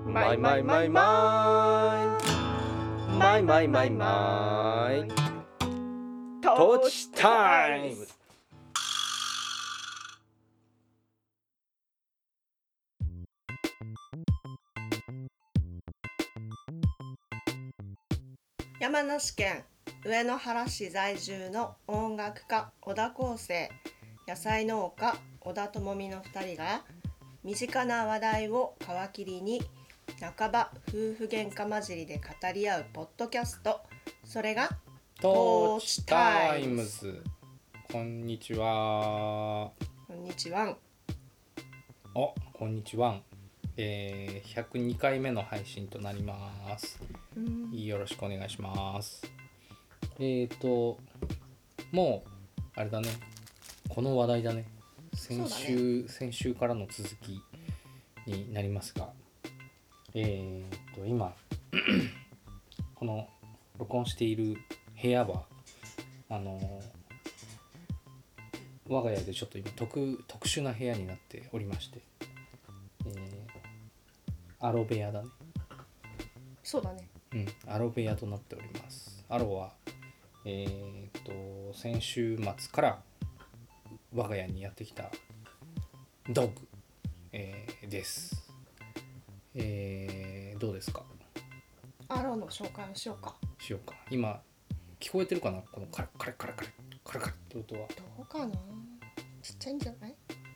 マイマイマイマイマイマイマイマイトーチタイム。 山梨県上野原市在住の音楽家小田康生、野菜農家小田智美の2人が身近な話題を皮切りに半ば夫婦喧嘩混じりで語り合うポッドキャスト、それがトーチタイムズ。こんにちは。 こんにちは。 こんにちは。102回目の配信となります。よろしくお願いします。もうあれだね、この話題だね。先週からの続きになりますが、今この録音している部屋は我が家でちょっと今特殊な部屋になっておりまして、アロ部屋だね。 そうだね。 アロ部屋となっております。アロは先週末から我が家にやってきたドッグ、です。どうですか？ アロの紹介をしようか。 今聞こえてるかな、このカラカラカラカラカラカラって音は。 どうかな、ちっちゃいんじゃない？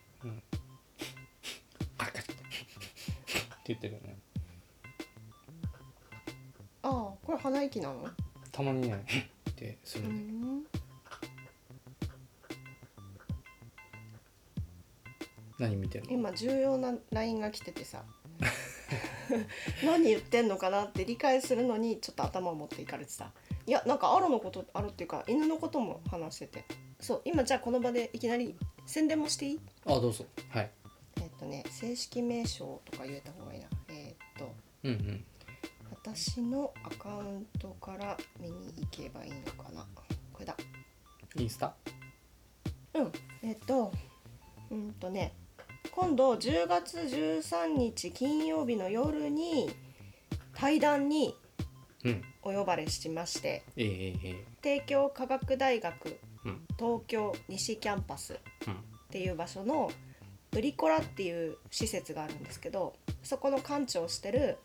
カラカラって言ってるよね。 これ鼻息なの？ たまにねってするんで。何見てるの？ 今重要な LINE が来ててさ何言ってんのかなって理解するのにちょっと頭を持っていかれてさ、いやなんかアロのことアロっていうか犬のことも話してて、そう今じゃあこの場でいきなり宣伝もしていい？ どうぞ。はい。 正式名称とか言えた方がいいな。私のアカウントから見に行けばいいのかな。これだ。 インスタ？ 今度10月13日金曜日の夜に対談にお呼ばれしまして、帝京科学大学、東京西キャンパスっていう場所のブリコラっていう施設があるんですけど、そこの館長をしてる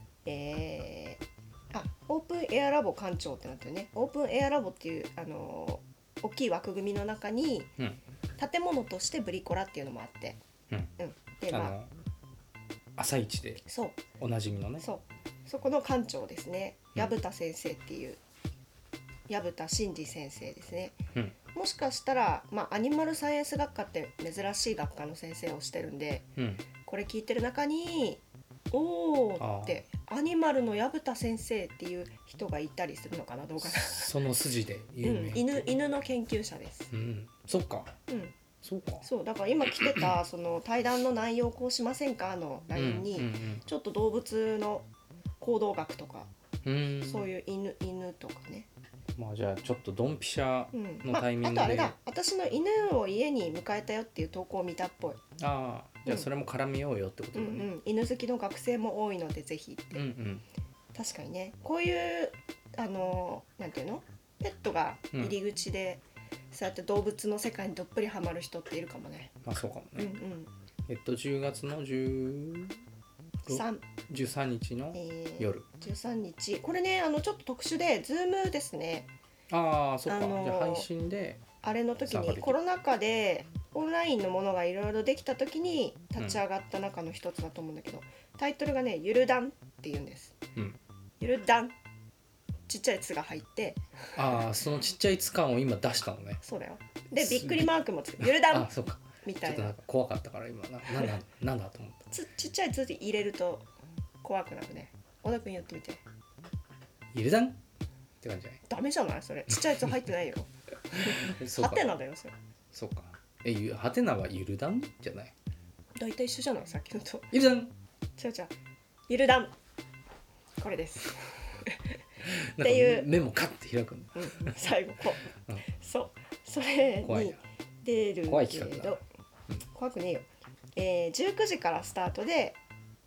オープンエアラボ館長ってなってるね。オープンエアラボっていう大きい枠組みの中に、建物としてブリコラっていうのもあって、で朝一でおなじみのね。 そこの館長ですね。薮田先生っていう薮田真嗣先生ですね。もしかしたら、アニマルサイエンス学科って珍しい学科の先生をしてるんで、これ聞いてる中にってアニマルの薮田先生っていう人がいたりするのかな、どうかな。 その筋で有名、 犬の研究者です。 そっか。 そうだから今来てたその対談の内容こうしませんかの LINE に、ちょっと動物の行動学とか、そういう犬とかね。 じゃあちょっとドンピシャのタイミングで、 あとあれだ、私の犬を家に迎えたよっていう投稿を見たっぽい。 じゃあそれも絡めようよってことだね。 犬好きの学生も多いのでぜひって、確かにね、こういうなんていうの、ペットが入り口で、そうやって動物の世界にどっぷりハマる人っているかもね。 そうかもね。10月の13日の夜、 13日、これねちょっと特殊で Zoom ですね。 そっか。じゃあ配信であれの時にコロナ禍でオンラインのものがいろいろできた時に立ち上がった中の一つだと思うんだけど、タイトルがね、ゆるだんって言うんです。ゆるだん、ちっちゃい「つ」が入って、 そのちっちゃい「つ」感を今出したのね。 そうだよ。でびっくりマークもつけてゆるだんそうかみたいな。 ちょっとなんか怖かったから今なんだと思った。 ちっちゃい「つ」で入れると怖くなるね。小田君言ってみて。 ゆるだんって感じじゃない？ ダメじゃないそれ。ちっちゃい「つ」入ってないよ。ハテナだよそれ。 そうか。ハテナはゆるだんじゃない？ 大体一緒じゃない、さっきのと。 ゆるだん。 違うゆるだん、これですっていう目もカッて開くんだ、 最後こう、それに出るけど怖くねえよ。19時からスタートで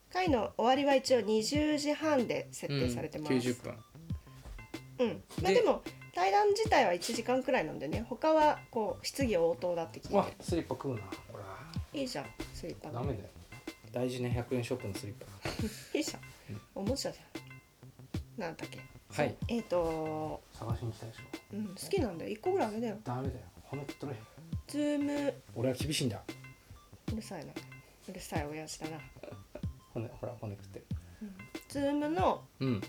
会の終わりは一応20時半で設定されてます、 90分。 でも対談自体は1時間くらいなんでね、他はこう質疑応答だって聞いて。 わ、スリッパ食うなこれいいじゃん、スリッパダメだよ、大事な100円ショップのスリッパいいじゃん、おもちゃじゃん。なんだっけ、 はい、 探しに来たでしょ。 好きなんだよ、1個ぐらいあげだよ。 ダメだよ、褒めとれ。 ズーム、 俺は厳しいんだ。 うるさいな、うるさい親父だな。 ほら骨食ってる。 ズームの、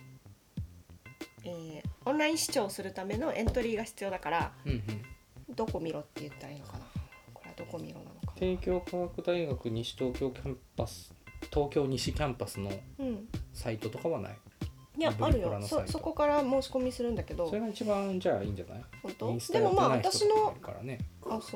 オンライン視聴するためのエントリーが必要だから、どこ見ろって言ったらいいのかな。これはどこ見ろなのか。 帝京科学大学西東京キャンパス、東京西キャンパスのサイトとかはない？ いや、あるよ。そこから申し込みするんだけど、 それが一番じゃあいいんじゃない？ 本当？でもまあ私の、そう、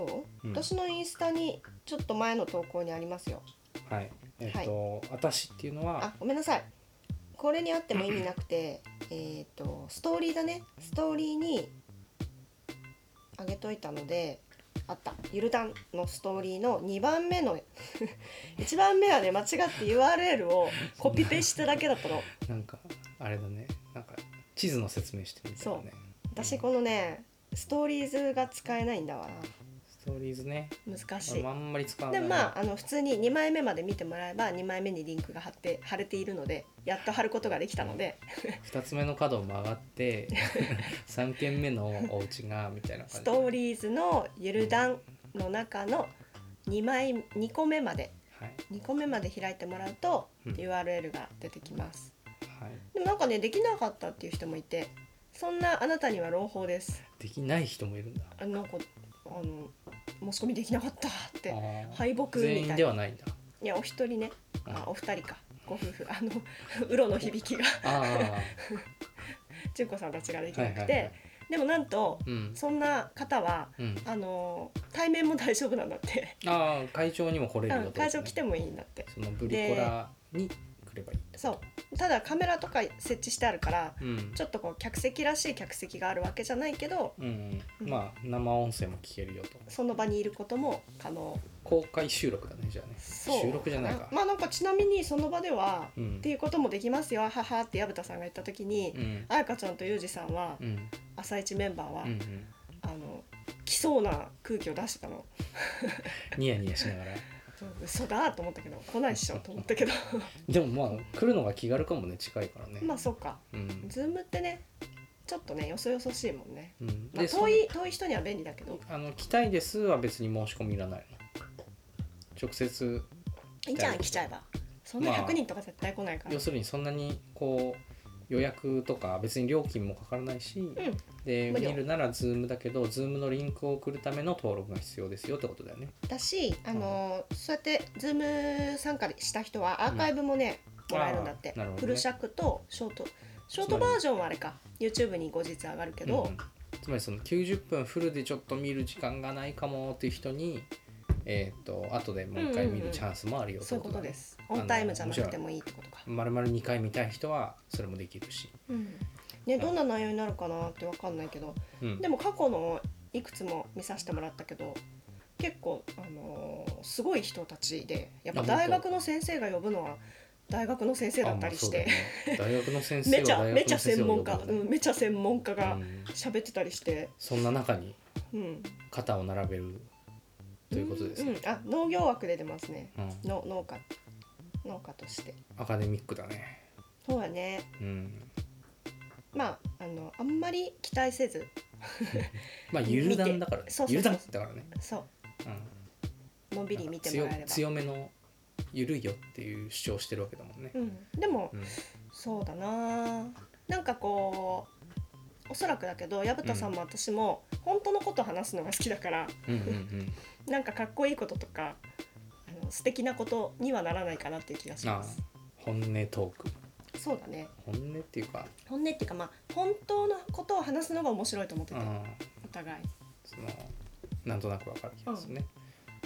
私のインスタにちょっと前の投稿にありますよ。 はい。私っていうのは、 ごめんなさい。これにあっても意味なくて、ストーリーだね。ストーリーにあげといたので、あった。ゆるだんのストーリーの2番目の1番目はね、間違って URL をコピペしただけだったの。 なんかあれだね。なんか地図の説明してるみたいなね。 そう。私このね、ストーリーズが使えないんだわな。 ストーリーズね、 難しい。 あんまり使わない。 でも普通に2枚目まで見てもらえば2枚目にリンクが貼れているので、やっと貼ることができたので 2つ目の角を曲がって3軒目のお家がみたいな感じ。 ストーリーズのゆるだんの中の2個目まで、2個目まで開いてもらうと URL が出てきます、でもなんかね、できなかったっていう人もいて、そんなあなたには朗報です。 できない人もいるんだ。 なんか申し込みできなかったって敗北みたいな。 全員ではないんだ。 いや、お一人ね、お二人か、ご夫婦、うろの響きが純子さんたちができなくて、でもなんと、そんな方は、対面も大丈夫なんだって。 会場にも来れるよと、 会場来てもいいんだって。 そのブリコラに来ればいい。 そう、ただカメラとか設置してあるから、ちょっとこう客席らしい客席があるわけじゃないけど、 まあ生音声も聞けるよと。 その場にいることも可能。 公開収録だね、じゃあね。収録じゃないか。 なんかちなみにその場では、っていうこともできますよ、ははって薮田さんが言った時に、彩香ちゃんとユージさんは、朝一メンバーは、来そうな空気を出してたの。 ニヤニヤしながら。 嘘だと思ったけど、来ないっしょと思ったけどでもまあ来るのが気軽かもね、近いからね。 まあそうか、ズームってね、ちょっとね、よそよそしいもんね、遠い人には便利だけど、 来たいですは別に申し込みいらないの。直接いいじゃん、来ちゃえば。そんな100人とか絶対来ないから、 要するにそんなにこう予約とか別に料金もかからないし、で見るなら Zoom だけど Zoom のリンクを送るための登録が必要ですよってことだよね。 だし、そうやって Zoom 参加した人はアーカイブもね、もらえるんだって、フル尺とショートバージョンはあれか YouTube に後日上がるけど、 つまりその90分フルでちょっと見る時間がないかもっていう人に後でもう一回見るチャンスもあるよってことだね。そういうことです。オンタイムじゃなくてもいいってことか。丸々2回見たい人はそれもできるし、ね、どんな内容になるかなって分かんないけど、でも過去のいくつも見させてもらったけど、結構、すごい人たちで、やっぱ大学の先生が呼ぶのは大学の先生だったりして、大学の先生はめちゃ専門家、めちゃ専門家が喋ってたりして、そんな中に肩を並べるということですね。農業枠で出ますね。農家としてアカデミックだね。そうだね。まああんまり期待せずまあ有段だからね。有段だからね。そう。のんびり見てもらえれば。強めのゆるいよっていう主張してるわけだもんね。でもそうだな。なんかこうおそらくだけど薮田さんも私も本当のこと話すのが好きだから、なんかかっこいいこととか素敵なことにはならないかなっていう気がします。本音トーク。そうだね。本音っていうかまあ本当のことを話すのが面白いと思ってて、お互いなんとなくわかる気がするね。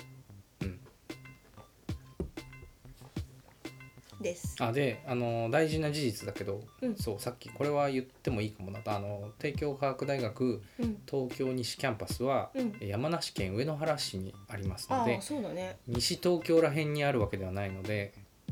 です。で大事な事実だけど、そうさっきこれは言ってもいいかもなと、帝京科学大学、東京西キャンパスは、山梨県上野原市にありますので、そうだね、西東京ら辺にあるわけではないので、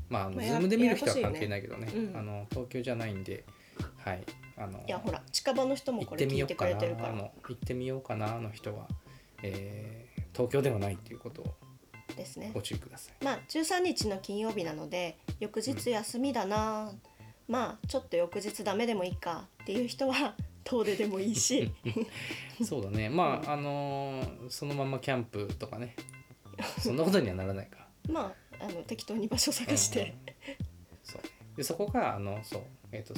まあ、Zoom で見る人は関係ないけどね、東京じゃないんで、はい、 いやほら近場の人もこれ聞いてくれてるから行ってみようかなの人は、東京ではないっていうことをですね。 ご注意ください。 まあ13日の金曜日なので翌日休みだな、まあちょっと翌日ダメでもいいかっていう人は遠出でもいいしそうだね、まあそのままキャンプとかねそんなことにはならないかまあ適当に場所探して、 そうでそこがそう、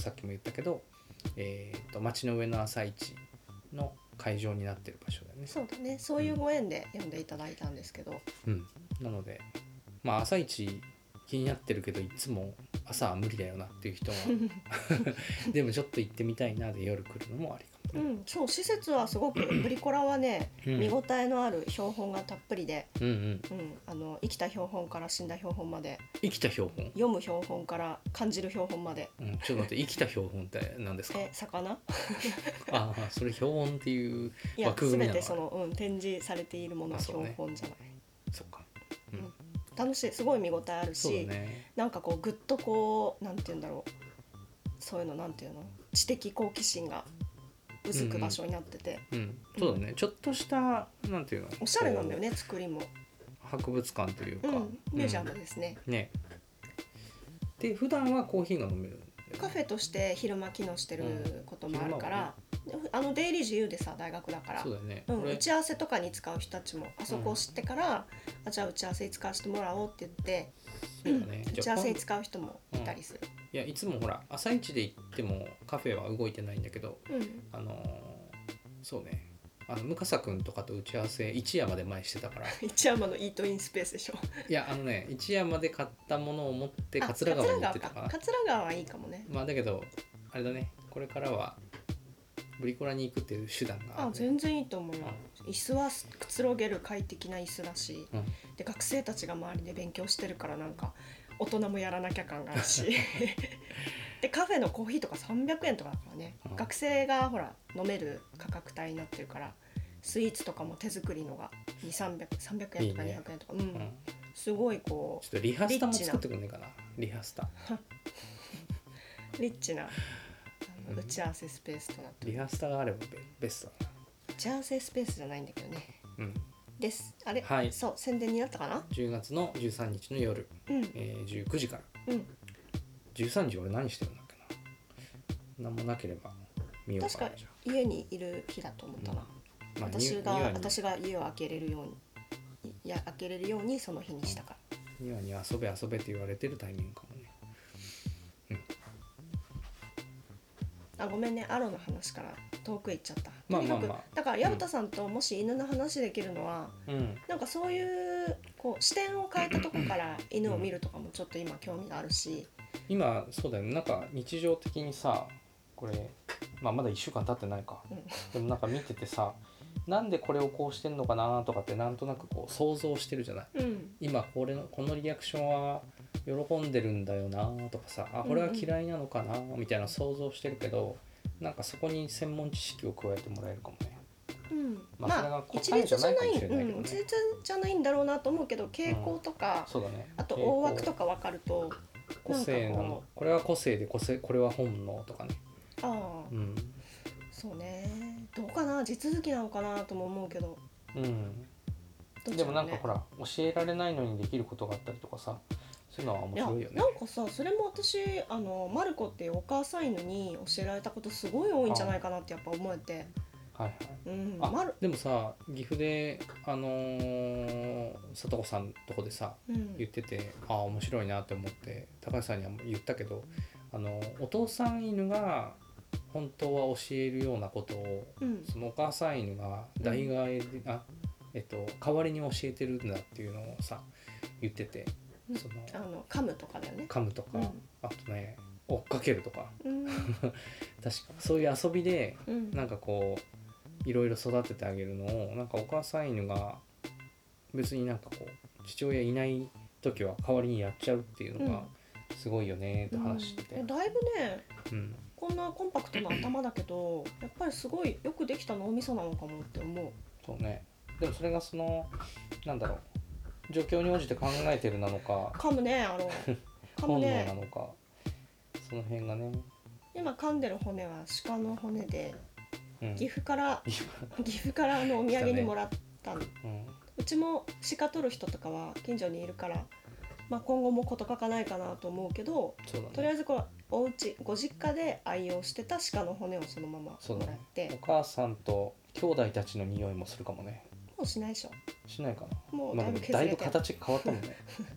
さっきも言ったけど、街の上の朝市の会場になってる場所だよね。 そうだね、そういうご縁で読んでいただいたんですけど、 なのでまあ朝市気になってるけどいつも朝は無理だよなっていう人はでもちょっと行ってみたいなで夜来るのもありかも。 そう施設はすごくブリコラはね、見応えのある標本がたっぷりで、生きた標本から死んだ標本まで、 生きた標本、 読む標本から感じる標本まで、 ちょっと待って、生きた標本って何ですか？ 魚ああ、それ標本っていう枠組みなの？ いや全てその、展示されているものは標本じゃない。 そっか、 楽しい、すごい見応えあるし、なんかこうぐっとこうなんていうんだろう、そういうのなんていうの、知的好奇心がうずく場所になってて、 そうだね、ちょっとしたなんていうの、 おしゃれなんだよね、作りも。 博物館というか、 ミュージアムですね。 で普段はコーヒーが飲める。 カフェとして昼間機能してることもあるから、出入り自由でさ、大学だから、 そうだよね、 打ち合わせとかに使う人たちもあそこを知ってから、じゃあ打ち合わせに使わせてもらおうって言って、打ち合わせに使う人もいたりする。 いやいつもほら朝一で行ってもカフェは動いてないんだけど、そうね、向笠くんとかと打ち合わせ一山で前してたから一山のイートインスペースでしょ。 いや一山で買ったものを持って桂川に行ってたから。 桂川はいいかもね。 まあだけどあれだね、これからはブリコラに行くっていう手段がある、 全然いいと思うよ。椅子はくつろげる快適な椅子だし、で学生たちが周りで勉強してるからなんか大人もやらなきゃ感があるしでカフェのコーヒーとか300円とかだからね、学生がほら飲める価格帯になってるから、スイーツとかも手作りのが300円とか200円とか、すごいこうちょっとリハスタも作ってくんねえかな。リハスタリッチな打ち合わせスペースとなってる。 リハスタがあればベストだな。 打ち合わせスペースじゃないんだけどね。ですあれ、 はい、 そう宣伝になったかな。 10月の13日の夜、19時から、13時俺何してるんだっけな。何もなければ見ようかな。 確か家にいる日だと思ったな、私が家を開けれるようにその日にしたから。 庭に遊べって言われてるタイミングかもね。 ごめんね、アロの話から遠く行っちゃった。 まあだから矢蓋さんともし犬の話できるのは、なんかそういうこう視点を変えたとこから犬を見るとかもちょっと今興味があるし、 今そうだよね、なんか日常的にさ、これ、まだ1週間経ってないか、でもなんか見ててさ、なんでこれをこうしてんのかなとかってなんとなくこう想像してるじゃない、今このリアクションは喜んでるんだよなとかさ、これは嫌いなのかなみたいな想像してるけど、なんかそこに専門知識を加えてもらえるかもね。それが答えじゃないかもしれないけどね。 一律じゃないんだろうなと思うけど、傾向とか、あと大枠とか分かると、 個性なの、これは個性でこれは本能とかね。 そうね、どうかな、地続きなのかなとも思うけど、 でもなんかほら教えられないのにできることがあったりとかさ、そういうのは面白いよね。 なんかさ、それも私マルコっていうお母さん犬に教えられたことすごい多いんじゃないかなってやっぱ思えて。でもさ、岐阜で里子さんとこでさ、言ってて面白いなって思って、高橋さんには言ったけど、お父さん犬が本当は教えるようなことを、そのお母さん犬が代替え代わりに教えてるんだっていうのをさ言ってて、 噛むとかだよね。 噛むとか、あとね追っかけるとか、確かそういう遊びで、なんかこういろいろ育ててあげるのを、なんかお母さん犬が別になんかこう父親いない時は代わりにやっちゃうっていうのがすごいよねって話してて、 だいぶね、こんなコンパクトな頭だけどやっぱりすごいよくできた脳みそなのかもって思う。 そうね。でもそれがなんだろう、状況に応じて考えてるなのか。 噛むね、 本能なのか、その辺がね。 今噛んでる骨は鹿の骨で、岐阜からお土産にもらったの、うちも鹿取る人とかは近所にいるから、まあ、今後も事欠かないかなと思うけど、とりあえずこれお家ご実家で愛用してた鹿の骨をそのままもらって、 お母さんと兄弟たちの匂いもするかもね。 もうしないでしょ。 しないかな。 もうだいぶ形が変わったもんね。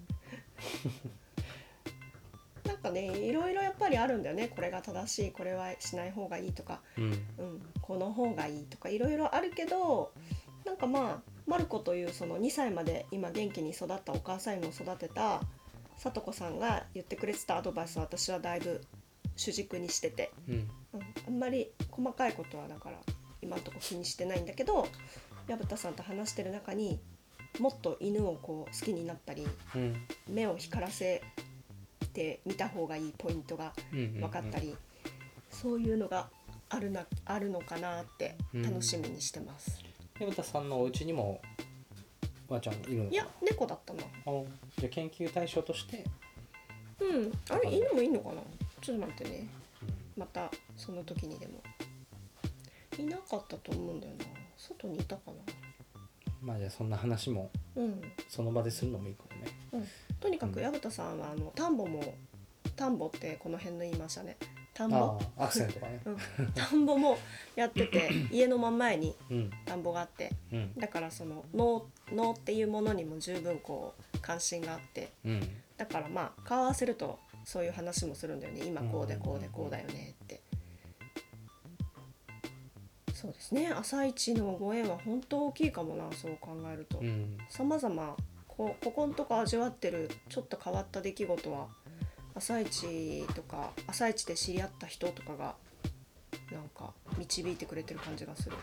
なんかね、いろいろやっぱりあるんだよね。これが正しい、これはしない方がいいとか、この方がいいとかいろいろあるけど、なんかまあマルコというその2歳まで今元気に育ったお母さんを育てたさとこさんが言ってくれてたアドバイスを私はだいぶ主軸にしてて、あんまり細かいことはだから今のところ気にしてないんだけど、薮田さんと話してる中にもっと犬をこう好きになったり、目を光らせて見た方がいいポイントが分かったり、そういうのがあるのかなって楽しみにしてます。 薮田さんのお家にもワンちゃんいるのかな。 いや、猫だったな。 じゃあ研究対象として。 あれ犬もいいのかな。ちょっと待ってね、またその時にでも。いなかったと思うんだよな。外にいたかな。 まあじゃあそんな話もその場でするのもいいかもね。 とにかく薮田さんは田んぼってこの辺の言いましたね。田んぼアクセントがね、 田んぼもやってて家の真ん前に田んぼがあって、だからその農っていうものにも十分こう関心があって、だからまあ顔合わせるとそういう話もするんだよね。今こうでこうでこうだよねって。そうですね、朝一のご縁は本当大きいかもな、そう考えると。さまざまここんとこ味わってるちょっと変わった出来事は朝一とか朝一で知り合った人とかがなんか導いてくれてる感じがする。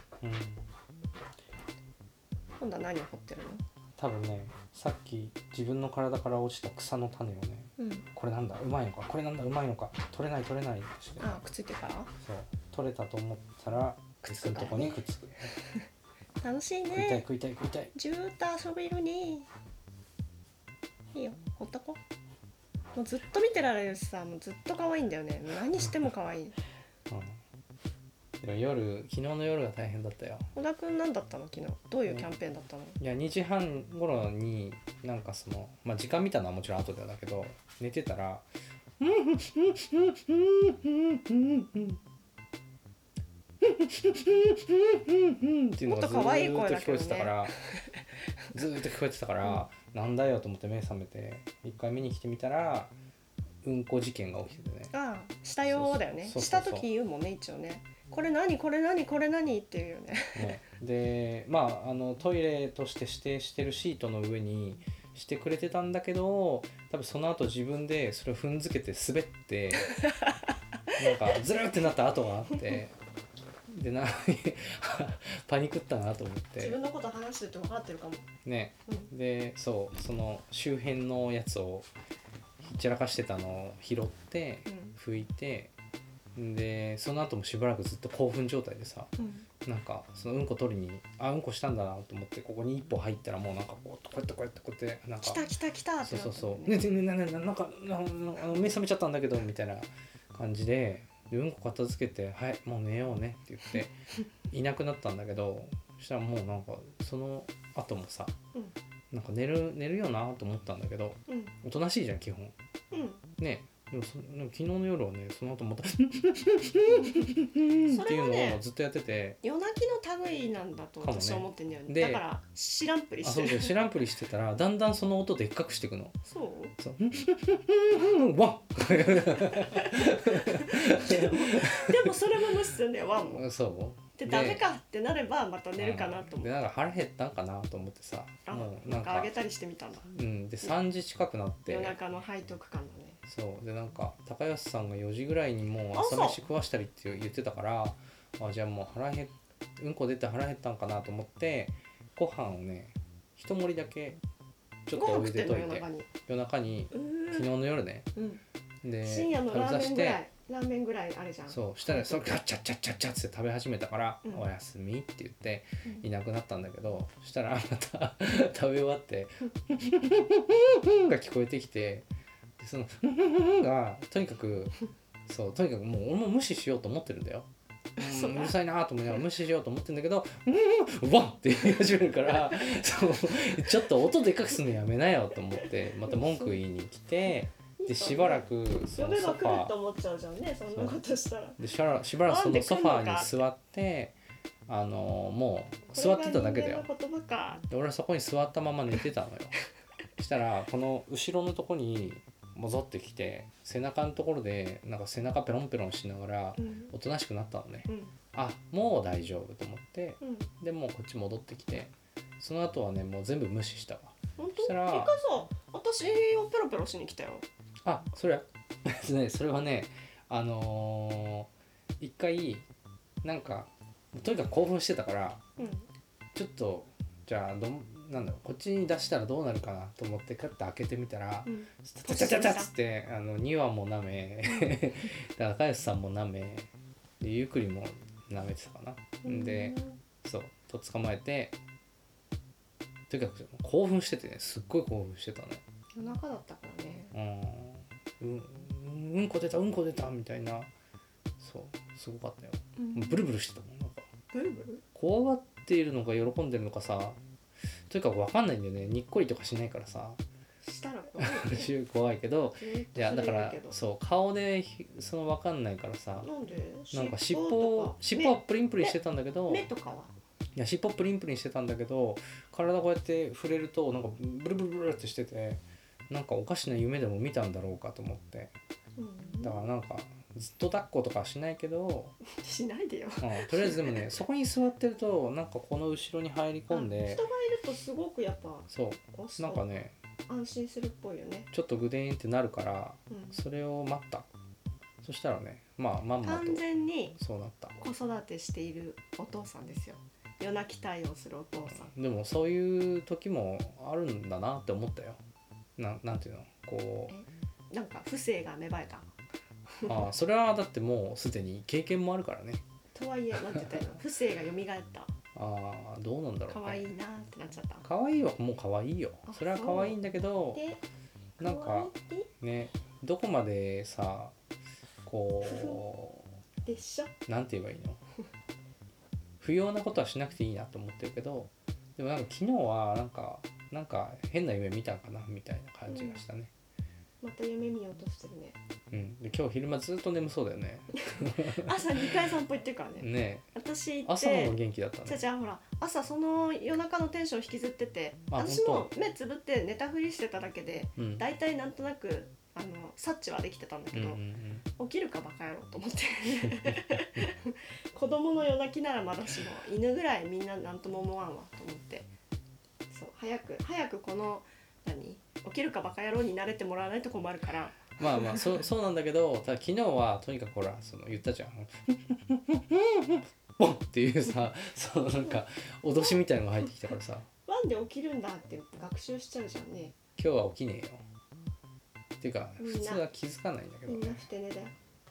今度は何を掘ってるの？ 多分ね、さっき自分の体から落ちた草の種をね、これなんだうまいのか、これなんだうまいのか、取れないってして、 くっついてからそう取れたと思ったらくっつくとこにくっつく。 楽しいね。 食いたい。 ジューッと遊べるね。いいよ、ほったこ。もうずっと見てられるしさ、もうずっと可愛いんだよね。何しても可愛い。 でも昨日の夜が大変だったよ。 小田くん何だったの昨日？どういうキャンペーンだったの？ いや2時半頃になんかその時間見たのはもちろん後でだけど、寝てたらっていうのがずっと聞こえてたから、ずっと聞こえてたから、なんだよと思って目覚めて一回見に来てみたらうんこ事件が起きててね。 したようだよね。した時言うもんね、一応ね。これ何っていうよね。 でトイレとして指定してるシートの上にしてくれてたんだけど、多分その後自分でそれを踏んづけて滑ってなんかズルってなった跡があって、でパニクったなと思って。 自分のこと話してると分かってるかもね、でその周辺のやつをひっちゃらかしてたのを拾って拭いて、でその後もしばらくずっと興奮状態でさ、なんかそのうんこ取りにうんこしたんだなと思ってここに一歩入ったらもうなんかこうやってなんか来たってなったんだよね。そうなんか目覚めちゃったんだけどみたいな感じで、うんこ片付けてはいもう寝ようねって言っていなくなったんだけど、そしたらもうなんかその後もさ、なんか寝るよなと思ったんだけど、おとなしいじゃん基本、ね。でも昨日の夜はね、その後またっていうのをずっとやってて、 夜泣きの類なんだと私は思ってんだよね。だから知らんぷりしてる。 知らんぷりしてたらだんだんその音でっかくしていくの。ワンでもそれも無視するんだよ、ワンも。 そうでダメかってなればまた寝るかなと思って。 なんか腹減ったんかなと思ってさ、 もうなんかあげたりしてみたんだ。 で3時近くなって夜中の背徳感だね。 そうで、なんか高安さんが4時ぐらいにもう朝飯食わしたりって言ってたから、じゃあもううんこ出て腹減ったんかなと思ってご飯をね一盛りだけちょっとお湯で溶いて夜中に昨日の夜ね、 で深夜のラーメンぐらいあれじゃん。 そうしたらそれガッチャッチャッチャッチャッって食べ始めたから、おやすみって言っていなくなったんだけど、そしたらまた食べ終わってが聞こえてきて、 そのがとにかくそうとにかくもう俺も無視しようと思ってるんだよ。うるさいなと思いながら無視しようと思ってるんだけどワンって言い始めるからそうちょっと音でかくするのやめなよと思ってまた文句言いに来てでしばらくそのソファーと思っちゃうじゃんねそんなことしたら。 でしばらくそのソファーに座ってもう座ってただけだよ。で俺はそこに座ったまま寝てたのよ。そしたらこの後ろのとこに戻ってきて背中のところでなんか背中ペロンペロンしながらおとなしくなったのね、あもう大丈夫と思って、でもうこっち戻ってきてその後はねもう全部無視したわ。 本当？そしたら私をペロペロしに来たよ。 あそれそれはね一回なんかとにかく興奮してたから、ちょっとじゃあなんだろうこっちに出したらどうなるかなと思ってカッと開けてみたらチャチャチャチャッつって2羽も舐め高安さんも舐めでゆっくりも舐めてたかな。でそうと捕まえてとにかく興奮しててねすっごい興奮してたね。 夜中だったからね。 うんこ出たうんこ出たみたいなそうすごかったよ。ブルブルしてたもんなんかブルブル怖がっているのか喜んでるのかさとにかく分かんないんだよね。にっこりとかしないからさしたら怖い怖いけどいやだからそう顔でその分かんないからさなんか尻尾はプリンプリンしてたんだけど目とかはいや尻尾プリンプリンしてたんだけど体こうやって触れるとなんかブルブルブルってしててなんかおかしな夢でも見たんだろうかと思ってだからなんかずっと抱っことかしないけどしないでよ、 とりあえずでもねそこに座ってるとなんかこの後ろに入り込んで人がいるとすごくやっぱそうなんかね安心するっぽいよね。 ちょっとグデーンってなるから、それを待った。そしたらねまんまと完全にそうなった。 子育てしているお父さんですよ。夜泣き対応するお父さん。 でもそういう時もあるんだなって思ったよ。なんていうのこうなんか不正が芽生えたそれはだってもうすでに経験もあるからね。 とはいえなんて言ったら不正が蘇った。 どうなんだろうね。 可愛いなってなっちゃった。 可愛いはもう可愛いよ。それは可愛いんだけどなんかねどこまでさこうでしょなんて言えばいいの不要なことはしなくていいなと思ってるけどでもなんか昨日はなんか変な夢見たんかなみたいな感じがしたね。 また夢見ようとしてるね。 で今日昼間ずっと眠そうだよね朝2回散歩行ってるからね。 ね私行って朝の方が元気だったね。 じゃあほら朝その夜中のテンション引きずってて私も目つぶって寝たふりしてただけで、だいたいなんとなく察知はできてたんだけど、起きるかバカ野郎と思って子供の夜泣きならまだしも犬ぐらいみんななんとも思わんわと思ってそう早くこの起きるかバカ野郎に慣れてもらわないと困るからまあそうなんだけどただ昨日はとにかくほら言ったじゃんボンっていうさなんか脅しみたいなのが入ってきたからさワンで起きるんだって学習しちゃうじゃんね。 今日は起きねえよっていうか普通は気づかないんだけど、 みんなふて寝だよ。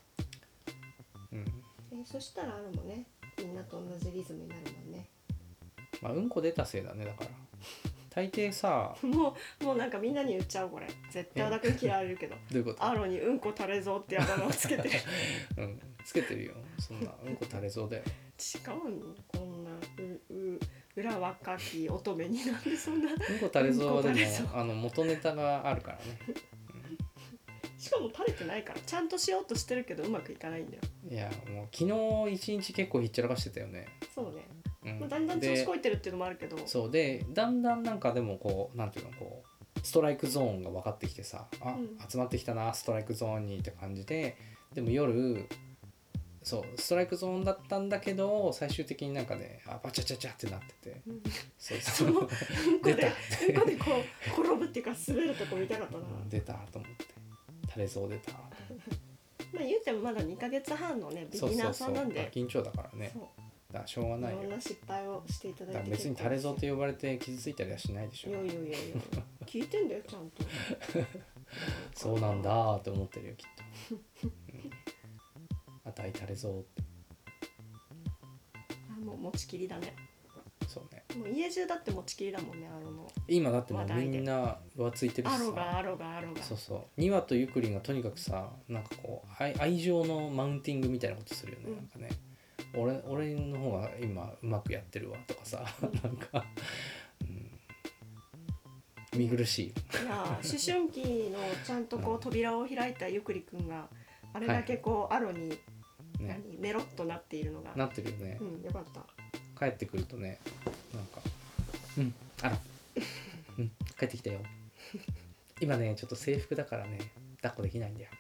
そしたらもんねみんなと同じリズムになるもんね。 うんこ出たせいだねだから大抵さもうなんかみんなに言っちゃうこれ絶対小田君嫌われるけどどういうことアロにうんこ垂れぞってあだ名をつけてつけてるよそんなうんこ垂れぞだよ違うのこんな裏若き乙女になんでそんなうんこ垂れぞはでも元ネタがあるからねしかも垂れてないからちゃんとしようとしてるけどうまくいかないんだよ。 いやもう昨日一日結構ひっちゃらかしてたよね。 そうね、だんだん調子こいてるっていうのもあるけどそうでだんだんなんかでもなんていうのストライクゾーンが分かってきてさ集まってきたなストライクゾーンにって感じででも夜ストライクゾーンだったんだけど最終的になんかねバチャチャチャってなってて、 そううんこで転ぶっていうか滑るとこ見たかったな。 出たと思って垂れそう出た言うてもまだ2ヶ月半のねビギナーさんなんで緊張だからねだからしょうがないよ。 いろんな失敗をしていただいて別に垂れぞと呼ばれて傷ついたりはしないでしょ。 いや聞いてんだよちゃんとそうなんだって思ってるよきっとあたい垂れぞってもう持ちきりだね。 そうね。 もう家中だって持ちきりだもんね、アロの。 今だってもうみんな浮ついてるしさ。 アロが。 そうそう2話とゆくりんがとにかくさなんかこう愛情のマウンティングみたいなことするよね、なんかね俺の方が今うまくやってるわとかさ、なんか、見苦しい。 いや思春期のちゃんとこう扉を開いたゆくりくんがあれだけこう、アロに、メロッとなっているのがなってるよね、 よかった。 帰ってくるとねなんかあら帰ってきたよ今ねちょっと制服だからね抱っこできないんだよ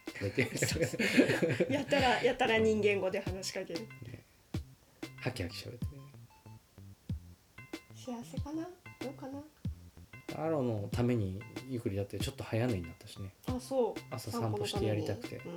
やたら人間語で話しかける、 ハキハキしゃべってね。 幸せかなどうかな。 アロのためにゆくりだってちょっと早寝になったしね。 あ、そう。 朝散歩してやりたくて、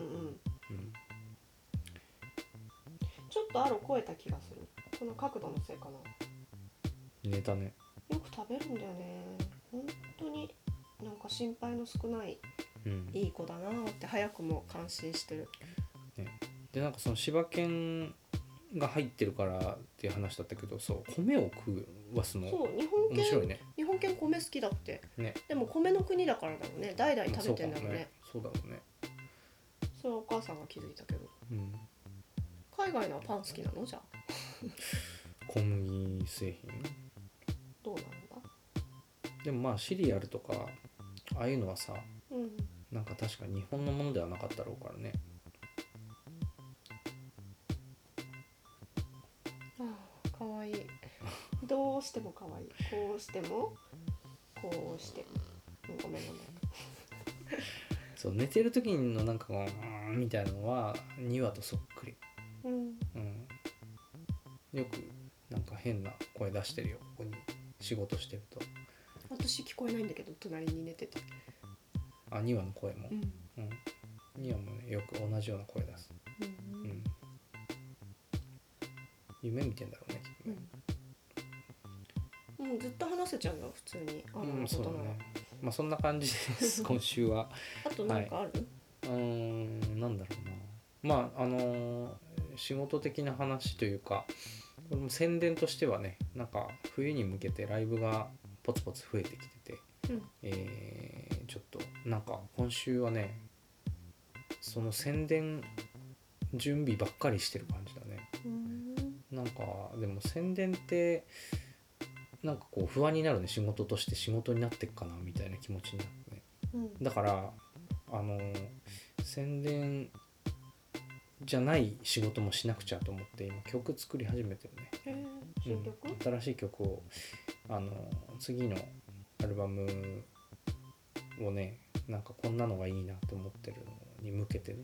ちょっとアロ超えた気がする。この角度のせいかな。 寝たね。 よく食べるんだよね。本当になんか心配の少ない、いい子だなって早くも感心してる、 でなんかその柴犬が入ってるからっていう話だったけど、そう米を食わすのそう日本犬米好きだって、でも米の国だからだろうね、代々食べてんだろうね。 そうだろうね。 それはお母さんが気づいたけど、海外のはパン好きなのじゃあ小麦製品どうなんだ。 でもまあシリアルとかああいうのはさ、なんか確か日本のものではなかったろうからね。 かわいいどうしてもかわいい。こうしてもこうしてごめんそう寝てる時のなんかこうみたいなのは2話とそっくり、よくなんか変な声出してるよ、ここに仕事してると。 私聞こえないんだけど隣に寝てて。 あ、2話の声も、2話もねよく同じような声出す、夢見てんだろうねきっとね。 もうずっと話せちゃうよ普通に。 そうだね。まあそんな感じです今週は。 あと何かある？ なんだろうな。まあ仕事的な話というか、これも宣伝としてはね、なんか冬に向けてライブがポツポツ増えてきてて、ちょっとなんか今週はね、その宣伝準備ばっかりしてる感じだね。なんかでも宣伝ってなんかこう不安になるね、仕事として仕事になってっかなみたいな気持ちになってね、だから宣伝じゃない仕事もしなくちゃと思って今曲作り始めてるね。 新曲？ 新しい曲を次のアルバムをね、なんかこんなのがいいなと思ってるのに向けてね、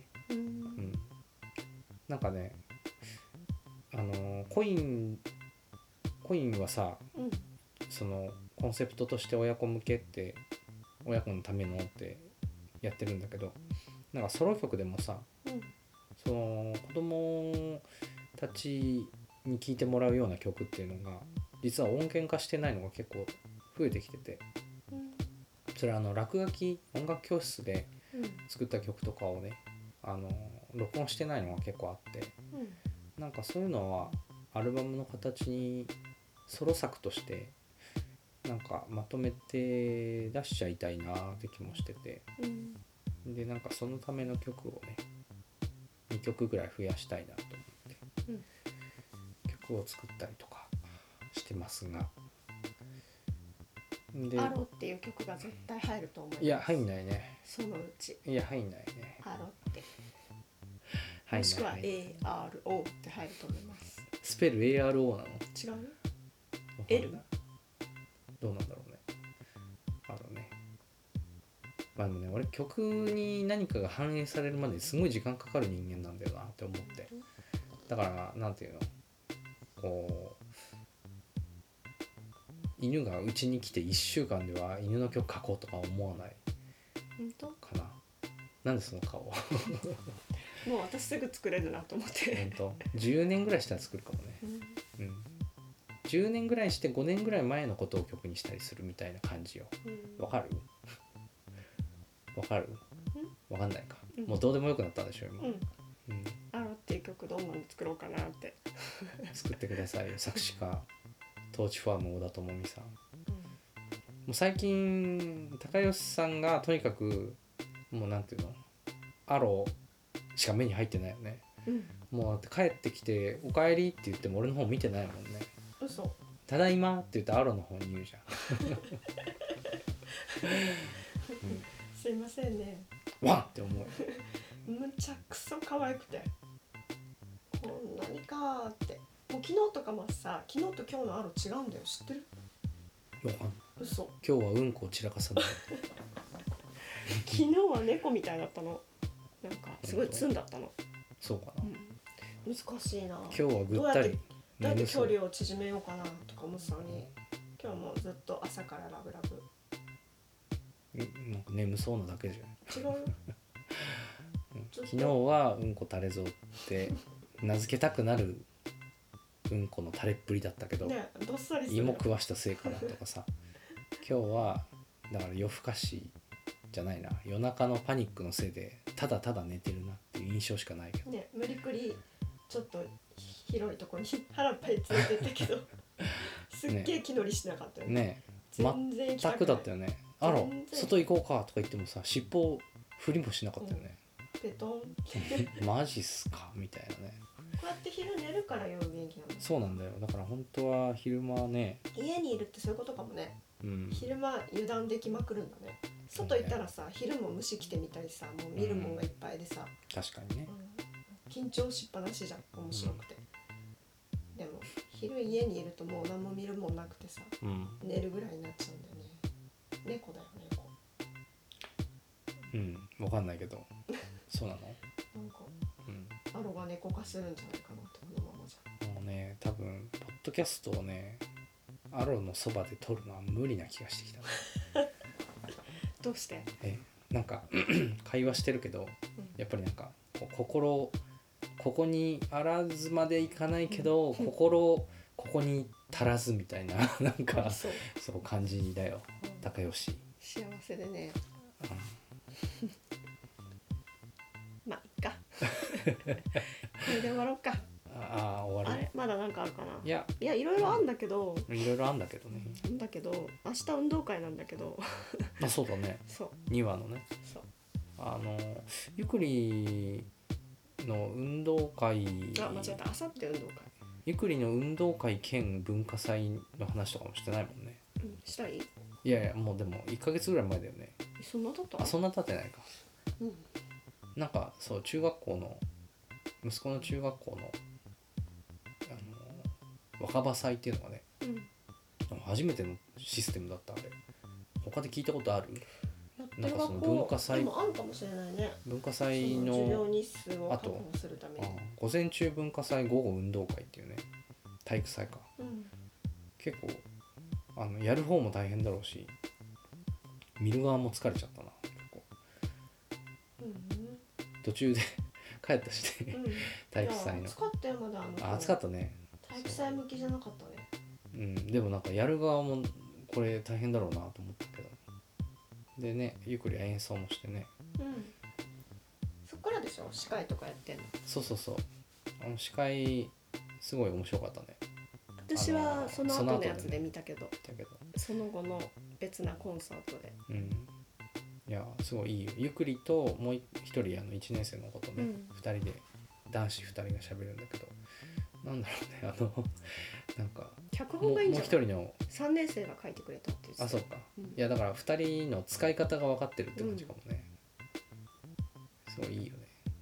なんかねコインはさ、そのコンセプトとして親子向けって親子のためのってやってるんだけど、なんかソロ曲でもさ、その子供たちに聴いてもらうような曲っていうのが実は音源化してないのが結構増えてきてて、それは落書き音楽教室で作った曲とかをね録音してないのが結構あって、なんかそういうのはアルバムの形にソロ作としてなんかまとめて出しちゃいたいなって気もしてて、でなんかそのための曲をね2曲ぐらい増やしたいなと思って、曲を作ったりとかしてますが、 でアロっていう曲が絶対入ると思います。 いや入んないね。 そのうち。 いや入んないね。 アロってもしくは ARO って入ると思います。 スペル ARO なの？ 違う？ L？ どうなんだろうね。まあでもね、俺曲に何かが反映されるまですごい時間かかる人間なんだよなって思って、だからなんていうの、こう犬がうちに来て1週間では犬の曲書こうとか思わないかな。なんでその顔もう私すぐ作れるなと思って 10年ぐらいしたら作るかもね、10年ぐらいして5年ぐらい前のことを曲にしたりするみたいな感じよ。わかる？わかる？わかんないか、もうどうでもよくなったんでしょ今。アロっていう曲どんなの作ろうかなって作ってくださいよ作詞家トーチファーム小田智美さん、もう最近高吉さんがとにかくもうなんていうのアロしか目に入ってないよね、もう帰ってきておかえりって言っても俺の方見てないもんね。 嘘。 ただいまって言ってアロの方に言うじゃん、 すいませんね。 わんって思う。 むちゃくそ可愛くて、こんなにかーって。もう昨日とかもさ、昨日と今日のアロ違うんだよ、知ってる？ わかんない。 嘘。 今日はうんこを散らかさない。 昨日は猫みたいだったの。なんかすごいツンだったの。 そうかな、 難しいな。 今日はぐったり。 どうやって距離を縮めようかなとか思ってたのに、今日もずっと朝からラブラブ。 なんか眠そうなだけじゃん。 違うよ。 昨日はうんこ垂れぞって名付けたくなるうんこの垂れっぷりだったけど、 ね、どっさりする。 芋食わしたせいかなとかさ今日はだから夜更かしじゃないな、夜中のパニックのせいでただただ寝てるなっていう印象しかないけどね、無理くりちょっと広いところに腹いっぱい連れてったけどすっげえ気乗りしなかったよね。 ね全然行きたくない。 全くだったよね。あら外行こうかとか言ってもさ尻尾振りもしなかったよね、 ペトンマジっすかみたいなね。 こうやって昼寝るから夜元気なの。 そうなんだよ。だから本当は昼間はね、 家にいるってそういうことかもね、昼間油断できまくるんだね。外行ったらさ、昼も虫来てみたりさ、もう見るもんがいっぱいでさ、 確かにね、 緊張しっぱなしじゃん、面白くて、でも昼家にいるともう何も見るもんなくてさ、寝るぐらいになっちゃうんだよね。猫だよね。 わかんないけどそうなの。 なんか、アロが猫化するんじゃないかなって、このままじゃ。 もうね、多分ポッドキャストをねアロのそばで撮るのは無理な気がしてきた、ね、 どうして？ なんか会話してるけど、やっぱりなんかここにあらずまでいかないけど、ここに足らずみたいななんかそう感じだよ、高吉。 幸せでね、まあいっかこれで終わろうか。 終わる。 あれまだなんかあるかな。 いやいろいろあんだけど、 いろいろあんだけどね。 だけど明日運動会なんだけどそうだね。 そう 2話のね。 そうゆくりの運動会、 間違えた、あさって運動会。 ゆくりの運動会兼文化祭の話とかもしてないもんね。 したい？ いやもうでも1ヶ月ぐらい前だよね。 そんな経った？ そんな経ってないか。なんかそう中学校の息子の中学校の若葉祭っていうのがね、初めてのシステムだった。あれ他で聞いたことある？なんかその文化祭でもあるかもしれないね。 文化祭の授業日数を確保するために、 午前中文化祭、午後運動会っていうね、体育祭か、結構やる方も大変だろうし見る側も疲れちゃったな結構、途中で帰ったしね、体育祭の。 暑かったよまだ。 暑かったね。 体育祭向きじゃなかったね。 でもなんかやる側もこれ大変だろうなと思ったけど、でね、ゆっくり演奏もしてね、 そっからでしょ司会とかやってんの。 そう司会すごい面白かったね。 私はその後のやつで見たけど、その後の別なコンサートで、 いやすごいいいよ。ゆっくりともう一人1年生の子とね、2人で男子2人が喋るんだけど、なんだろうね、なんか脚本がいいんじゃない？ もう一人の 3年生が書いてくれたっていう。 そうか、いやだから2人の使い方が分かってるって感じかもね、すごいいいよね。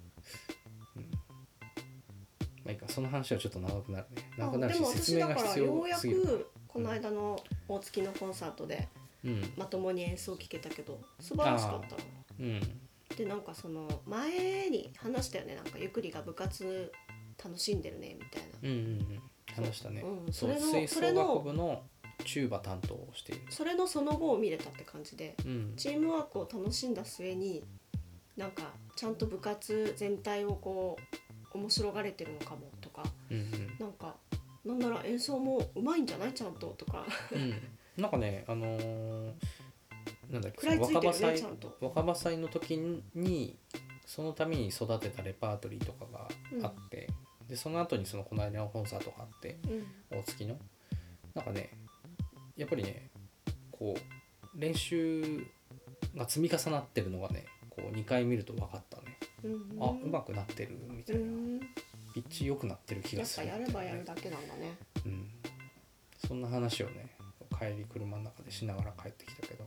まあいいか、その話はちょっと長くなるね。長くなるし説明が必要すぎる。 ようやくこの間の大月のコンサートでまともに演奏聴けたけど素晴らしかったの。でなんかその前に話したよね、なんかゆくりが部活楽しんでるねみたいな。 話したね。それの吹奏楽部のチューバ担当をしている。 それのその後を見れたって感じで、チームワークを楽しんだ末になんかちゃんと部活全体をこう面白がれてるのかもとか、なんかなんなら演奏もうまいんじゃないちゃんととか、 なんかねなんだっけ、 食らいついてるねちゃんと。 若葉祭の時にそのために育てたレパートリーとかがあって、でその後にこの間のコンサートがあって、大月のなんかねやっぱりねこう練習が積み重なってるのがねこう2回見ると分かったね、あうまくなってるみたいな、ピッチ良くなってる気がする、 やっぱやればやるだけなんだね。 そんな話をね帰り車の中でしながら帰ってきたけど、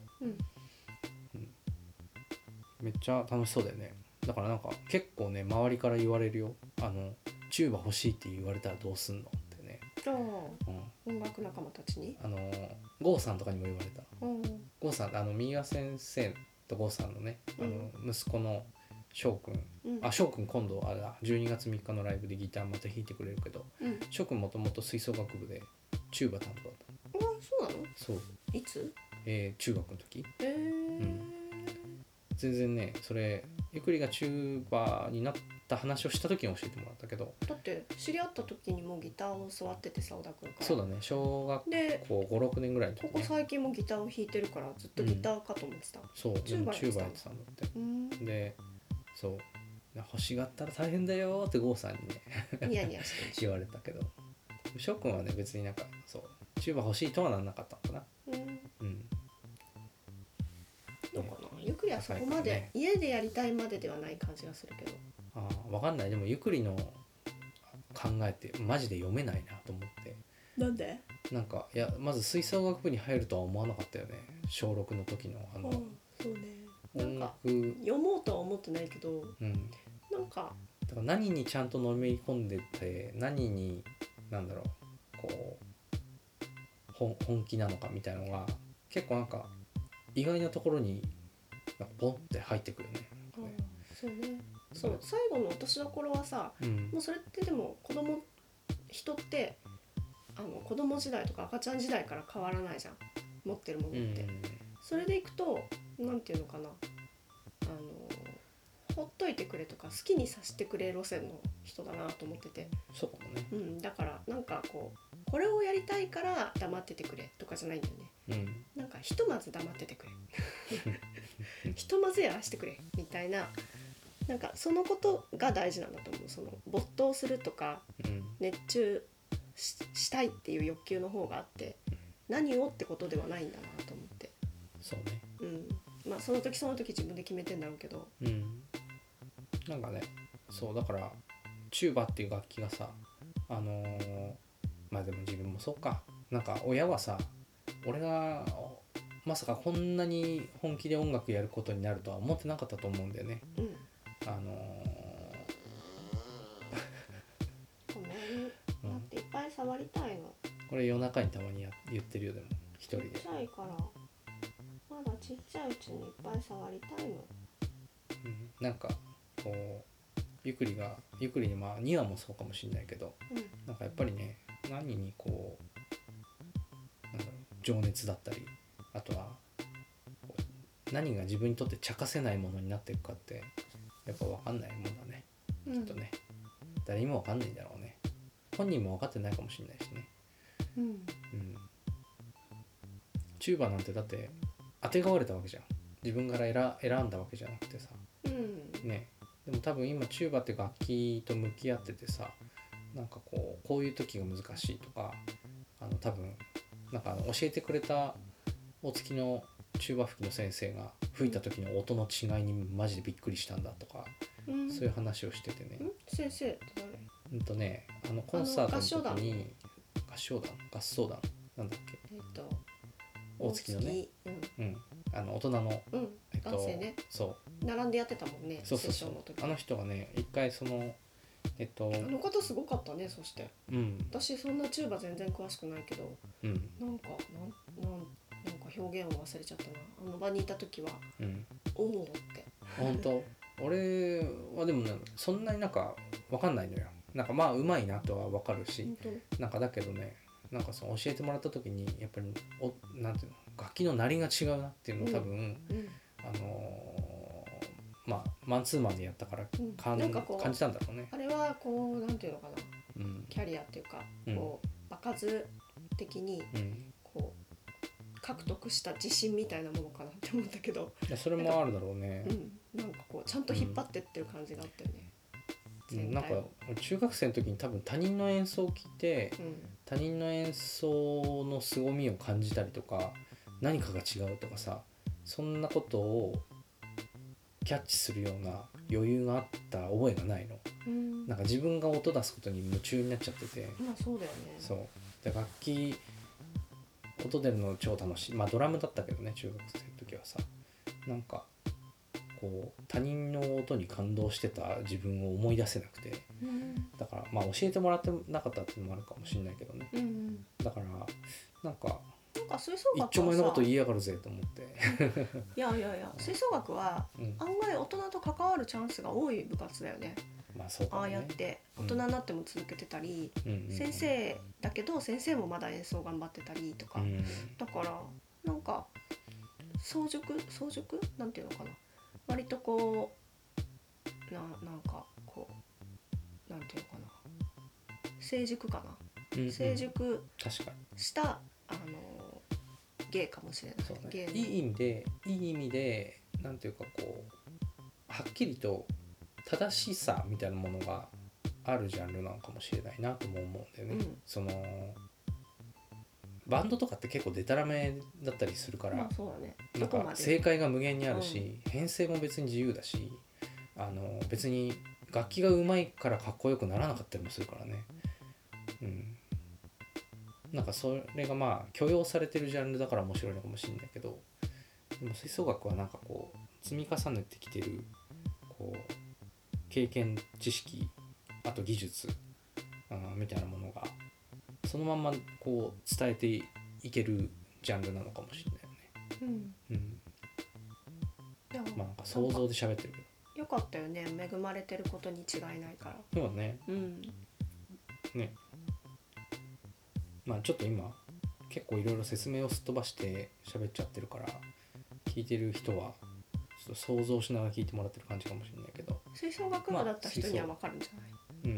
めっちゃ楽しそうだよね。だからなんか結構ね周りから言われるよ、チューバ欲しいって言われたらどうすんのってね。 音楽仲間たちに郷さんとかにも言われた。郷さん三輪先生と郷さんのね息子の翔くん、翔くん今度12月3日のライブでギターまた弾いてくれるけど、翔くんもともと吹奏楽部でチューバ担当だった。 そうなの？ そう。 いつ？ 中学の時。全然ねそれゆくりがチューバになった話をした時に教えてもらったけど、 だって知り合った時にもギターを教わっててさ小田君から。 そうだね、小学校5、6年ぐらいの時、ね、 ここ最近もギターを弾いてるからずっとギターかと思ってた、 そうでもチューバやってたんだって、でそう欲しがったら大変だよって郷さんにねニヤニヤしてる言われたけど、翔くんはね別になんかそうチューバ欲しいとはなんなかったのかな。 どうかな、ゆくりはそこまで、ね、家でやりたいまでではない感じがするけど。 分かんない。でもゆくりの考えってマジで読めないなと思って。 なんで？ なんかいやまず吹奏楽部に入るとは思わなかったよね、小6の時のそうね、 音楽読もうとは思ってないけど、なんかだから何にちゃんとのめり込んでて何になんだろうこう本気なのかみたいなのが結構なんか意外なところになんかポンって入ってくるよね。 そうね。そう最後の年の頃はさ、もうそれってでも人って子供時代とか赤ちゃん時代から変わらないじゃん、持ってるものって、それでいくとなんていうのかな、ほっといてくれとか好きにさせてくれ路線の人だなと思ってて。 そうかもね、 だからなんかこれをやりたいから黙っててくれとかじゃないんだよね、なんかひとまず黙っててくれひとまずやらせてくれみたいな、なんかそのことが大事なんだと思う。その没頭するとか、熱中したいっていう欲求の方があって、何をってことではないんだなと思って。 そうね。 まあその時その時自分で決めてんだろうけど、 なんかね、そうだからチューバっていう楽器がさ、まあでも自分もそうか。なんか親はさ、俺がまさかこんなに本気で音楽やることになるとは思ってなかったと思うんだよね。 ごめん、だっていっぱい触りたいの。 これ夜中にたまに言ってるよ、でも一人で。 ちっちゃいから、まだちっちゃいうちにいっぱい触りたいの。 なんかこうゆくりにまあ2話もそうかもしれないけど、なんかやっぱりね何にこうなんだろう情熱だったり、あとは何が自分にとって茶化せないものになっていくかってやっぱ分かんないもんだね、きっとね。誰にも分かんないんだろうね。本人も分かってないかもしれないしね。チューバなんてだって当てがわれたわけじゃん。自分から選んだわけじゃなくてさ、ね。でも多分今チューバって楽器と向き合っててさ、なんかこういう時が難しいとか、多分なんか教えてくれた大月のチューバ吹きの先生が吹いた時の音の違いにマジでびっくりしたんだとか、そういう話をしててね。 先生って誰？コンサートの時に合奏団なんだっけ？大月のね、大人の、 男性ね、 そう並んでやってたもんね。 そうあの人がね一回そのあの方すごかったね。そして、私そんなチューバ全然詳しくないけど、なんか表現を忘れちゃったな。あの場にいた時は、おおって。 本当俺はでもねそんなになんか分かんないのよ。なんかまあうまいなとは分かるし、なんかだけどね、なんかその教えてもらった時にやっぱりなんていうの、楽器の鳴りが違うなっていうのを多分、まあマンツーマンでやったから感じたんだろうね。 あれはこうなんていうのかな、キャリアっていうか、こう場数的にこう獲得した自信みたいなものかなって思ったけど、 それもあるだろうね。 なんかこうちゃんと引っ張ってってる感じがあったよね。 なんか中学生の時に多分他人の演奏を聴いて、他人の演奏の凄みを感じたりとか何かが違うとかさ、そんなことをキャッチするような余裕があった覚えがないの、なんか自分が音出すことに夢中になっちゃってて、 まあそうだよね。 そうで楽器音出るの超楽しい。まあドラムだったけどね、中学生の時はさ、なんかこう他人の音に感動してた自分を思い出せなくて、だからまあ教えてもらってなかったっていうのもあるかもしれないけどね、だからなんか吹奏楽はさ、 一丁前のこと言いやがるぜと思っていや吹奏楽は案外大人と関わるチャンスが多い部活だよね。 まあそうかもね、 ああやって大人になっても続けてたり、先生だけど先生もまだ演奏頑張ってたりとか、だからなんか早熟なんていうのかな、割とこうなんかこうなんていうのかな、成熟かな、成熟した芸かもしれない。 そうね、いい意味でなんていうかこうはっきりと正しさみたいなものがあるジャンルなのかもしれないなとも思うんだよね、そのバンドとかって結構デタラメだったりするから、 まあそうだね、 なんか正解が無限にあるし、編成も別に自由だし、別に楽器が上手いからかっこよくならなかったりもするからね、なんかそれがまあ許容されてるジャンルだから面白いのかもしれないけど、でも吹奏楽はなんかこう積み重ねてきてるこう経験、知識、あと技術、みたいなものがそのまんまこう伝えていけるジャンルなのかもしれないよね。まあなんか想像で喋ってるけど。よかったよね、恵まれてることに違いないから。 そうね。ね。まあちょっと今結構いろいろ説明をすっ飛ばして喋っちゃってるから、聞いてる人はちょっと想像しながら聞いてもらってる感じかもしれないけど、 吹奏楽部だった人には分かるんじゃない？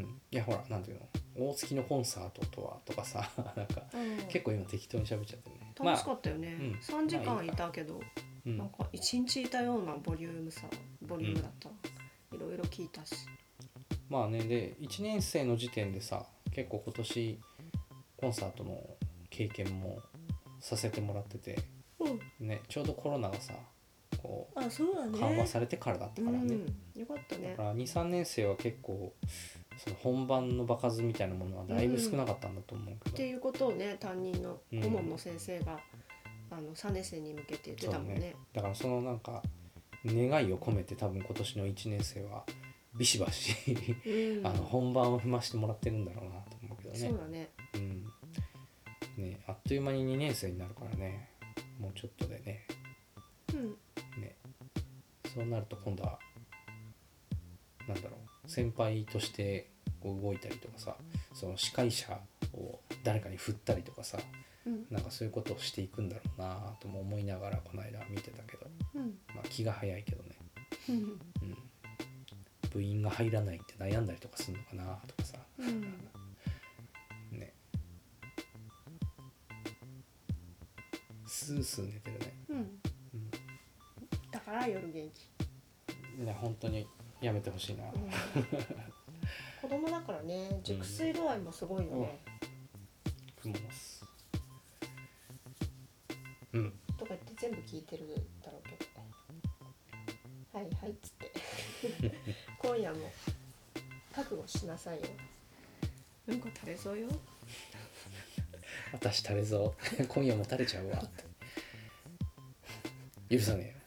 いやほらなんていうの、大月のコンサートとはとかさなんか、結構今適当に喋っちゃってるね。 楽しかったよね、3時間いたけど、なんか1日いたようなボリュームだったら、いろいろ聞いたし、 まあね、で1年生の時点でさ、結構今年コンサートの経験もさせてもらってて、ね、ちょうどコロナがさこう緩和されてからだったからね、 よかったね。 だから 2,3 年生は結構その本番の場数みたいなものはだいぶ少なかったんだと思うけど、 っていうことをね、担任の顧問の先生が、3年生に向けて言ってたもんね。 だからそのなんか願いを込めて多分今年の1年生はビシバシ本番を踏ましてもらってるんだろうなと思うけどね。 そうだね。 ね、あっという間に2年生になるからね、もうちょっとでね。ね、そうなると今度はなんだろう、先輩としてこう動いたりとかさ、その司会者を誰かに振ったりとかさ、なんかそういうことをしていくんだろうなとも思いながらこの間見てたけど、まあ気が早いけどね、部員が入らないって悩んだりとかするのかなとかさ、ね、スースー寝てるね。 だから夜元気。 いや本当にやめてほしいな。 子供だからね、熟睡度合いもすごいよね。 クモの巣。 とか言って全部聞いてるだろうけど。はいはいっつって。今夜も覚悟しなさいよ。うんこ垂れそうよ。 私垂れそう。今夜も垂れちゃうわって。許さねえよ。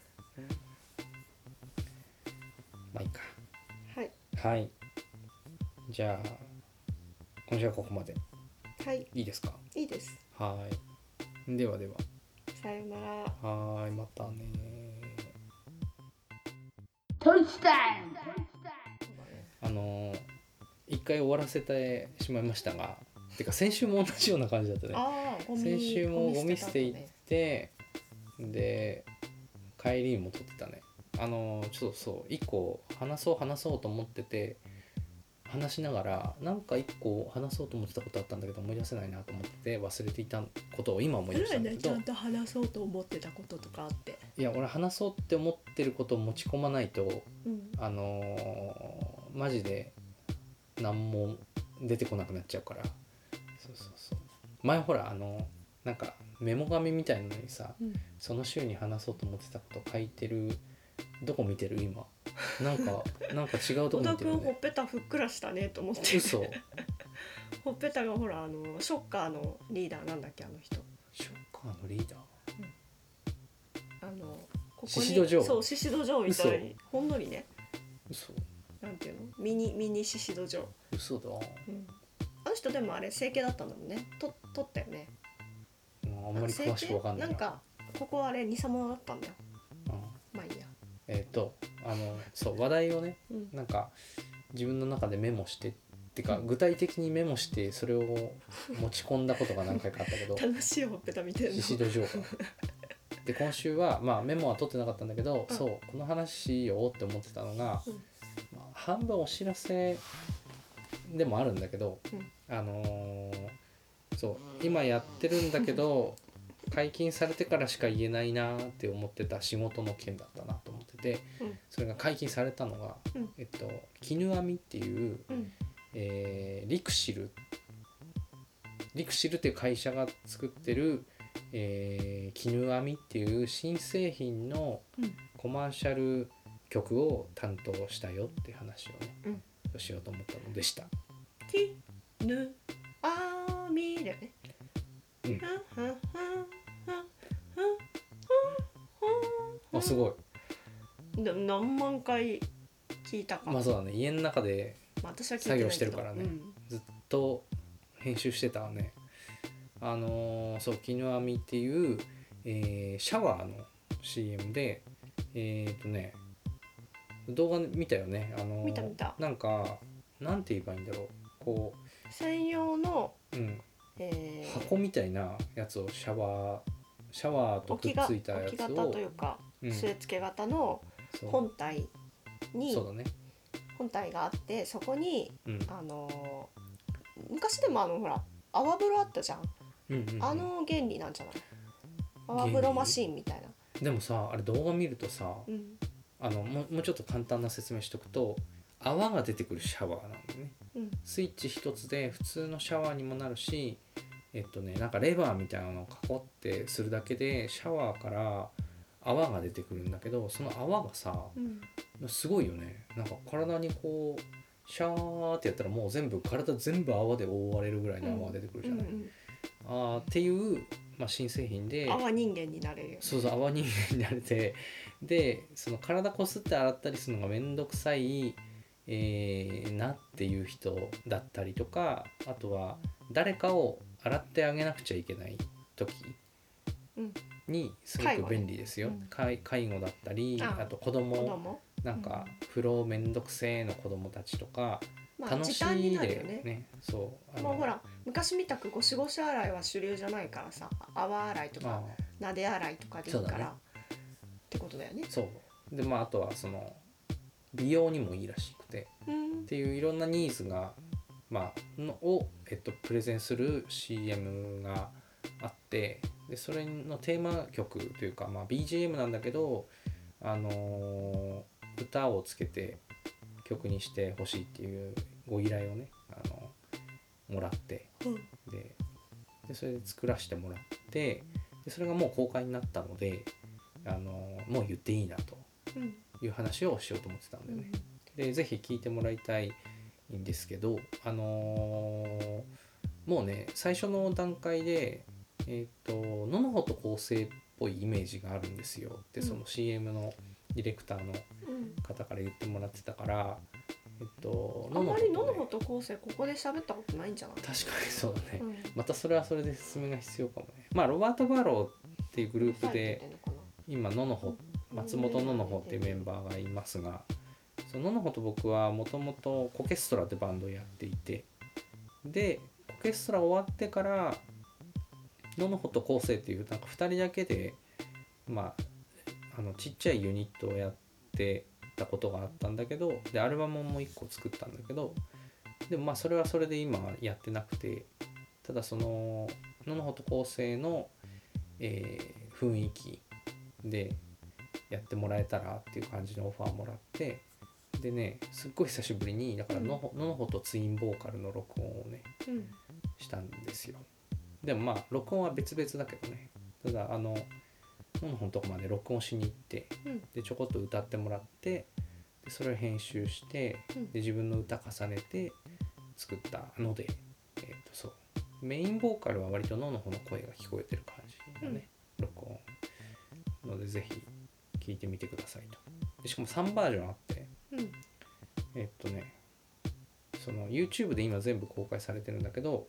まあいいか。はい。じゃあ今週はここまで。いいですか？ いいです。 はい。ではでは。 さよなら。 はい、またね。 トイチタイム。 一回終わらせてしまいましたが、てか先週も同じような感じだったね。先週もゴミ捨て行って、で帰りにも撮ってたね。ちょっとそう一個話そうと思ってて、話しながらなんか一個話そうと思ってたことあったんだけど思い出せないなと思って忘れていたことを今思い出したんだけど、 ちゃんと話そうと思ってたこととかあって、 いや俺話そうって思ってることを持ち込まないと、 マジで何も出てこなくなっちゃうから。そう前ほらなんかメモ紙みたいなのにさ、その週に話そうと思ってたこと書いてる。どこ見てる今？なんか違うとこ見てるね。 小田君ほっぺたふっくらしたねと思って。 嘘。 ほっぺたがほらショッカーのリーダーなんだっけ人。 ショッカーのリーダー。 ここにシシドジョー。 そうシシドジョーみたいにほんのりね。 嘘。 なんていうのミニシシドジョー。 嘘だ。 あの人でもあれ整形だったんだもんね。取ったよね。 あんまり詳しくわかんないな。 なんかここあれ偽物だったんだよ。まあいいや。 そう話題をね、なんか自分の中でメモしてってか具体的にメモしてそれを持ち込んだことが何回かあったけど楽しいほっぺた見てるの。 シシドジョーか。で今週はまあメモは取ってなかったんだけど、そうこの話しようって思ってたのが、半分お知らせでもあるんだけど、そう今やってるんだけど解禁されてからしか言えないなって思ってた仕事の件だったなと思ってて、それが解禁されたのが、絹編みっていう、リクシルっていう会社が作ってる、絹編みっていう新製品のコマーシャル曲を担当したよっていう話をね、しようと思ったのでした。 絹編みだよね。 あすごい。 何万回聞いたか。 まあそうだね、家の中で作業してるからね、ずっと編集してたわね。そう絹編みっていう、シャワーの CM で動画見たよね。 見た。 なんかなんて言えばいいんだろう、こう専用の、 箱みたいなやつをシャワーとくっついたやつを置き型というか、据え付け型の本体に、 そうだね、 本体があってそこに、昔でもほら泡風呂あったじゃん、あの原理なんじゃない？泡風呂マシーンみたいな。 でもさあれ動画見るとさ、もうちょっと簡単な説明しとくと泡が出てくるシャワーなんだよね、スイッチ一つで普通のシャワーにもなるし、なんかレバーみたいなのを囲ってするだけでシャワーから泡が出てくるんだけど、その泡がさ、すごいよね。なんか体にこうシャーってやったらもう体全部泡で覆われるぐらいの泡が出てくるじゃない、っていう、新製品で泡人間になれるよね。 そう泡人間になれて、でその体こすって洗ったりするのがめんどくさいなっていう人だったりとか、あとは誰かを洗ってあげなくちゃいけない時にすごく便利ですよ。介護だったり、あと子供なんか風呂めんどくせえの子供たちとか、楽しいでね。そうもうほら昔みたくゴシゴシ洗いは主流じゃないからさ、泡洗いとかなで洗いとかでいいから、ってことだよね。 そうであとはその美容にもいいらしくて、っていういろんなニーズがプレゼンする CM があって、でそれのテーマ曲というか、BGM なんだけど、歌をつけて曲にしてほしいっていうご依頼をね、もらって、でそれで作らせてもらって、でそれがもう公開になったので、もう言っていいなという話をしようと思ってたんだよね。でぜひ聞いてもらいたいんですけど、もうね最初の段階で野々穂と構成っぽいイメージがあるんですよって、その CM のディレクターの方から言ってもらってたから、 あんまり野々穂と構成ここで喋ったことないんじゃない？ 確かにそうだね、またそれはそれで説明が必要かもね。ロバート・バローっていうグループで今松本野々穂っていうメンバーがいますが、その野々穂と僕はもともとコケストラってバンドをやっていて、でコケストラ終わってから野々穂と構成っていうなんか2人だけでちっちゃいユニットをやってたことがあったんだけど、でアルバムも1個作ったんだけど、でもそれはそれで今やってなくて、ただその野々穂と構成の、雰囲気でやってもらえたらっていう感じのオファーもらって、 でねすっごい久しぶりにだからののほとツインボーカルの録音をね、したんですよ。でもまあ録音は別々だけどね、ただののほのとこまで録音しに行って、でちょこっと歌ってもらって、でそれを編集して、で自分の歌重ねて作ったので、そうメインボーカルは割とののほの声が聞こえてる感じのね、録音のでぜひ聞いてみてくださいと。でしかも3バージョンあって、その YouTube で今全部公開されてるんだけど、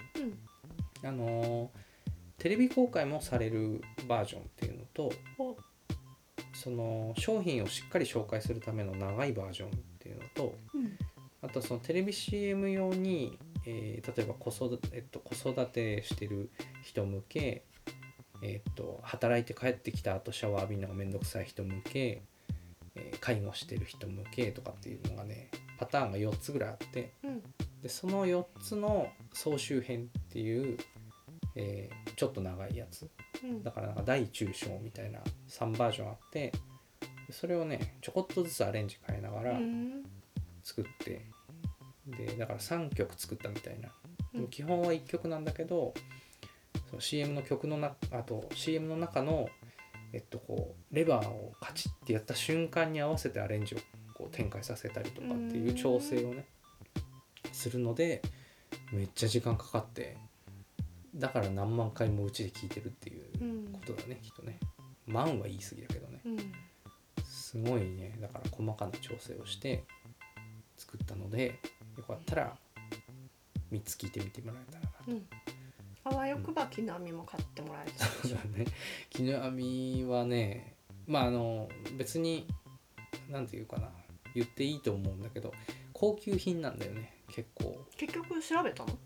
テレビ公開もされるバージョンっていうのと、その商品をしっかり紹介するための長いバージョンっていうのと、あとそのテレビ CM 用に、例えば子育てしてる人向け、働いて帰ってきた後シャワー浴びるのがめんどくさい人向け、介護してる人向けとかっていうのがねパターンが4つぐらいあって、でその4つの総集編っていう、ちょっと長いやつ、だからなんか大中小みたいな3バージョンあって、それをねちょこっとずつアレンジ変えながら作って、でだから3曲作ったみたいな。でも基本は1曲なんだけど、その CM の曲のあと CM の中のこうレバーをカチッってやった瞬間に合わせてアレンジをこう展開させたりとかっていう調整をねするのでめっちゃ時間かかって、だから何万回もうちで聴いてるっていうことだね、きっとね。万は言い過ぎだけどね、すごいねだから細かな調整をして作ったので、よかったら3つ聴いてみてもらえたらなと。 あわよくば絹編みも買ってもらえるでしょ。 そうだね、絹編みはね別になんていうかな言っていいと思うんだけど高級品なんだよね結構。 結局調べたの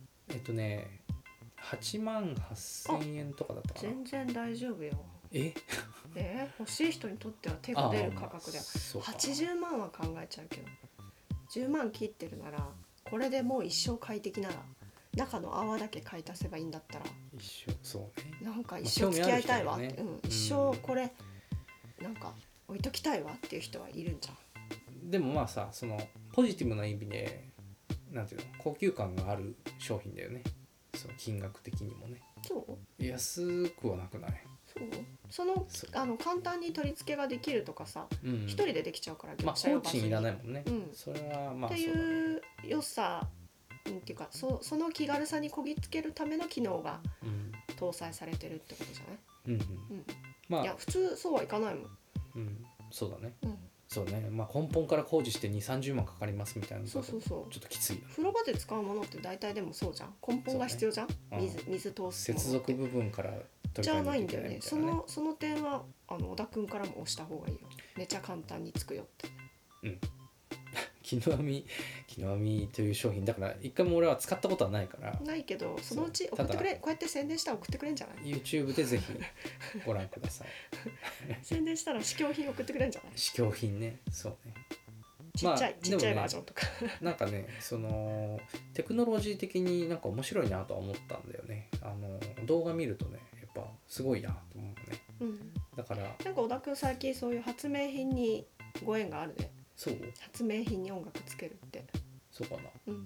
？8万8,000円とかだったかな。 全然大丈夫よ。 欲しい人にとっては手が出る価格で80万は考えちゃうけど、10万切ってるならこれでもう一生快適なら中の泡だけ買い足せばいいんだったら一生そうね、 なんか一生付き合いたいわって、一生これなんか置いときたいわっていう人はいるんじゃん。 でもまあさそのポジティブな意味でなんていうの高級感がある商品だよね、その金額的にもね。 そう安くはなくない？ その簡単に取り付けができるとかさ、一人でできちゃうから業者用バスに工賃いらないもんね、それはまあっていう良さっていうかその気軽さにこぎつけるための機能が搭載されてるってことじゃない？いや普通そうはいかないもん。 そうだね、そうね、根本から工事して2、30万かかりますみたいなのだとちょっときついよね。 風呂場で使うものって大体でもそうじゃん、根本が必要じゃん、水通す接続部分から取り替えなきゃいけないみたいなね。 じゃないんだよね。その点は小田君からも押した方がいいよ。めちゃ簡単につくよって。 絹編みという商品だから一回も俺は使ったことはないからないけど、そのうち送ってくれ、こうやって宣伝したら送ってくれんじゃない？ YouTube でぜひご覧ください宣伝したら試供品送ってくれんじゃない？ 試供品ね、そうね、 ちっちゃいバージョンとかなんかねそのテクノロジー的になんか面白いなとは思ったんだよね。動画見るとねやっぱすごいなと思うね、だからなんか小田君最近そういう発明品にご縁があるね。 そう発明品に音楽つけるって。 そうか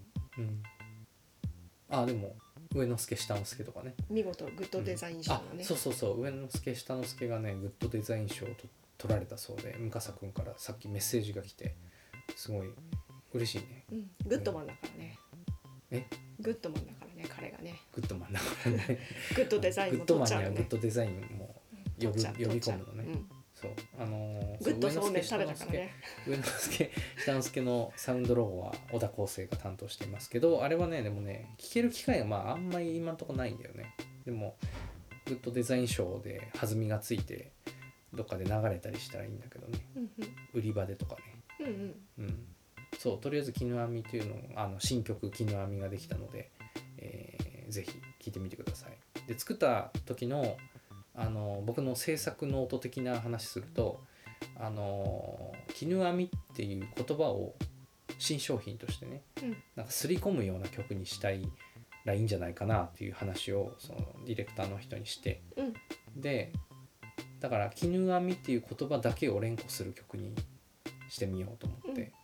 な。でも上之助下之助とかね、 見事グッドデザイン賞のね、 そう上之助下之助がねグッドデザイン賞を取られたそうで、向笠くんからさっきメッセージが来てすごい嬉しいね。 グッドマンだからね。グッドマンだからね彼がね。 グッドマンだからねグッドデザインも取っちゃうね。 グッドマンにはグッドデザインも呼び込むのね。そうグッドそうめん食べたからね。 上之助下之助のサウンドロゴは小田康生が担当していますけど、あれはねでもね聞ける機会があんまり今のところないんだよね。でもグッドデザイン賞で弾みがついてどっかで流れたりしたらいいんだけどね、売り場でとかね。そうとりあえず絹編みというの新曲絹編みができたので、ぜひ聴いてみてください。で作った時の僕の制作ノート的な話すると絹編みっていう言葉を新商品としてね、なんかすり込むような曲にしたいらいいんじゃないかなっていう話をそのディレクターの人にして、でだから絹編みっていう言葉だけを連呼する曲にしてみようと思って、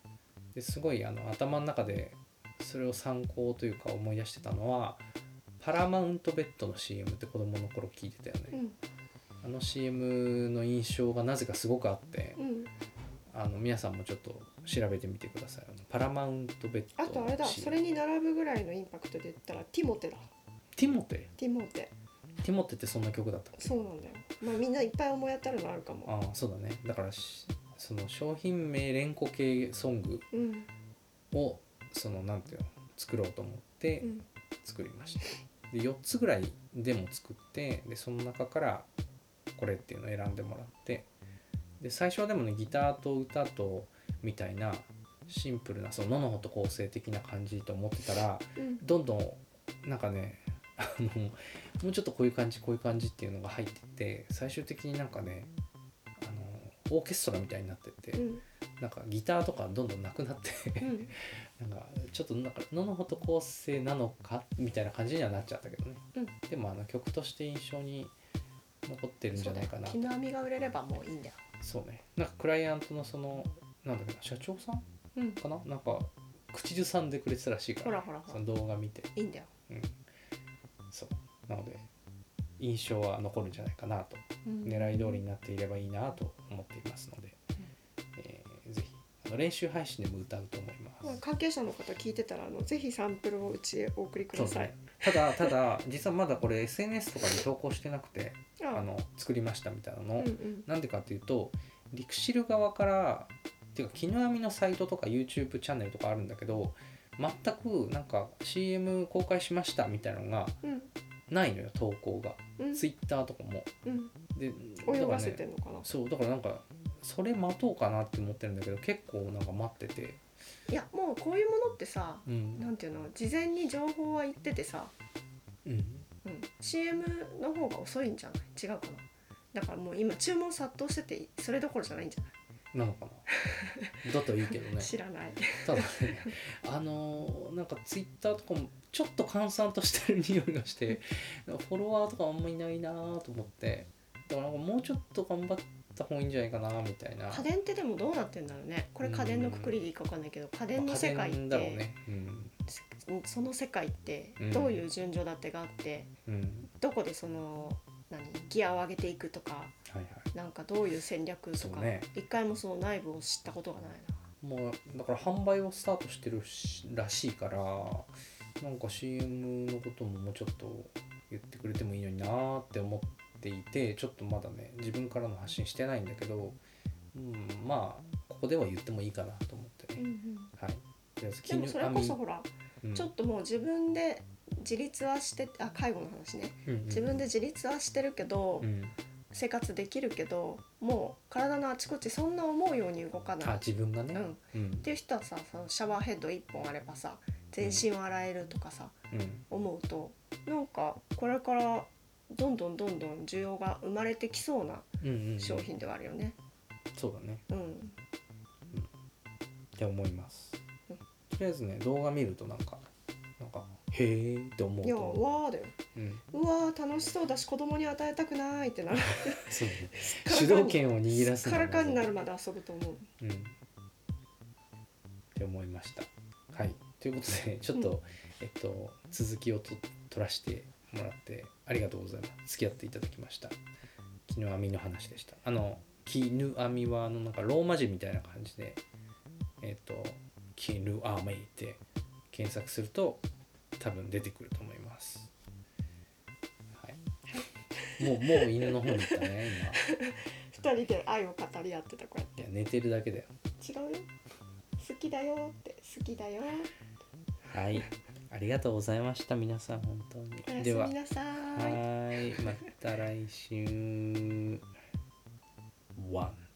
ですごい頭の中でそれを参考というか思い出してたのはパラマウントベッドの CM って子供の頃聞いてたよね、あの CM の印象がなぜかすごくあって、皆さんもちょっと調べてみてください。パラマウントベッドの CM。 あとあれだ、それに並ぶぐらいのインパクトで言ったらティモテだ。 ティモテってそんな曲だったっけ？ そうなんだよ。まあみんないっぱい思い当たるのあるかも。 ああそうだね。だからその商品名連呼系ソングを、なんていうの作ろうと思って作りました。で4つぐらいデモ作って、でその中からこれっていうのを選んでもらって、で最初はでもねギターと歌とみたいなシンプルなそのののほと構成的な感じと思ってたら、どんどんなんかねもうちょっとこういう感じっていうのが入ってて、最終的になんかねオーケストラみたいになってて、なんかギターとかどんどんなくなってなんかちょっとなんかののほと構成なのかみたいな感じにはなっちゃったけどね、でも曲として印象に残ってるんじゃないかな。 気の網が売れればもういいんだよ。 そうね。なんかクライアントのなんだっけな、社長さんかな、なんか口ずさんでくれてたらしいから、その動画見ていいんだよ。 そうなので印象は残るんじゃないかなと、狙い通りになっていればいいなと思っていますので、ぜひ練習配信でも歌うと思います。 関係者の方聞いてたらぜひサンプルをうちへお送りください、ね、 ただ実はまだこれ SNS とかに投稿してなくて作りましたみたいなの、なんでかっていうとリクシル側からっていうか絹編みのサイトとか YouTube チャンネルとかあるんだけど、全くなんか CM 公開しましたみたいなのがないのよ、投稿が、Twitter とかも、 で泳がせてんのかな。 そうだからなんかそれ待とうかなって思ってるんだけど、結構なんか待ってて、 いやもうこういうものってさ、なんていうの、事前に情報は言っててさ、CM の方が遅いんじゃない？違うかな。だからもう今注文殺到しててそれどころじゃないんじゃない？ なのかな。だといいけどね。 知らない。 ただね、なんかツイッターとかもちょっと閑散としてる匂いがして、フォロワーとかあんまいないなと思って、だからなんかもうちょっと頑張った方がいいんじゃないかなみたいな。 家電ってでもどうなってんだろうね。これ家電のくくりでいいか分かんないけど、家電の世界って、 家電だろうね、 その世界ってどういう順序立てがあって、どこでギアを上げていくとか、なんかどういう戦略とか、一回もその内部を知ったことがないな。もうだから販売をスタートしてるらしいから、なんか CM のことももうちょっと言ってくれてもいいのになって思っていて、ちょっとまだね自分からの発信してないんだけど、まあここでは言ってもいいかなと思ってね、はい。 でもそれこそほら、ちょっともう自分で自立はして、介護の話ね、自分で自立はしてるけど、生活できるけどもう体のあちこちそんな思うように動かない、 自分がね、 っていう人はさ、そのシャワーヘッド1本あればさ全身を洗えるとかさ、思うとなんかこれからどんどん需要が生まれてきそうな商品ではあるよね。 そうだね、って思います、とりあえずね動画見るとなんかへーって思うと、いやわーだよ、うわー楽しそうだし子供に与えたくないってなるそうね、主導権を握らせカラカになるまで遊ぶと思う、 って思いました。はい、ということでちょっと、続きを取らせてもらってありがとうございます。付き合っていただきました。絹編みの話でした。絹編みはなんかローマ字みたいな感じで絹編みって検索すると多分出てくると思います。はい、もう犬の方に行ったね今。2人で愛を語り合ってた、こうやって。 いや寝てるだけだよ。 違うよ。好きだよって好きだよ。 はい、ありがとうございました皆さん本当に。 おやすみなさい。 はい、また来週。1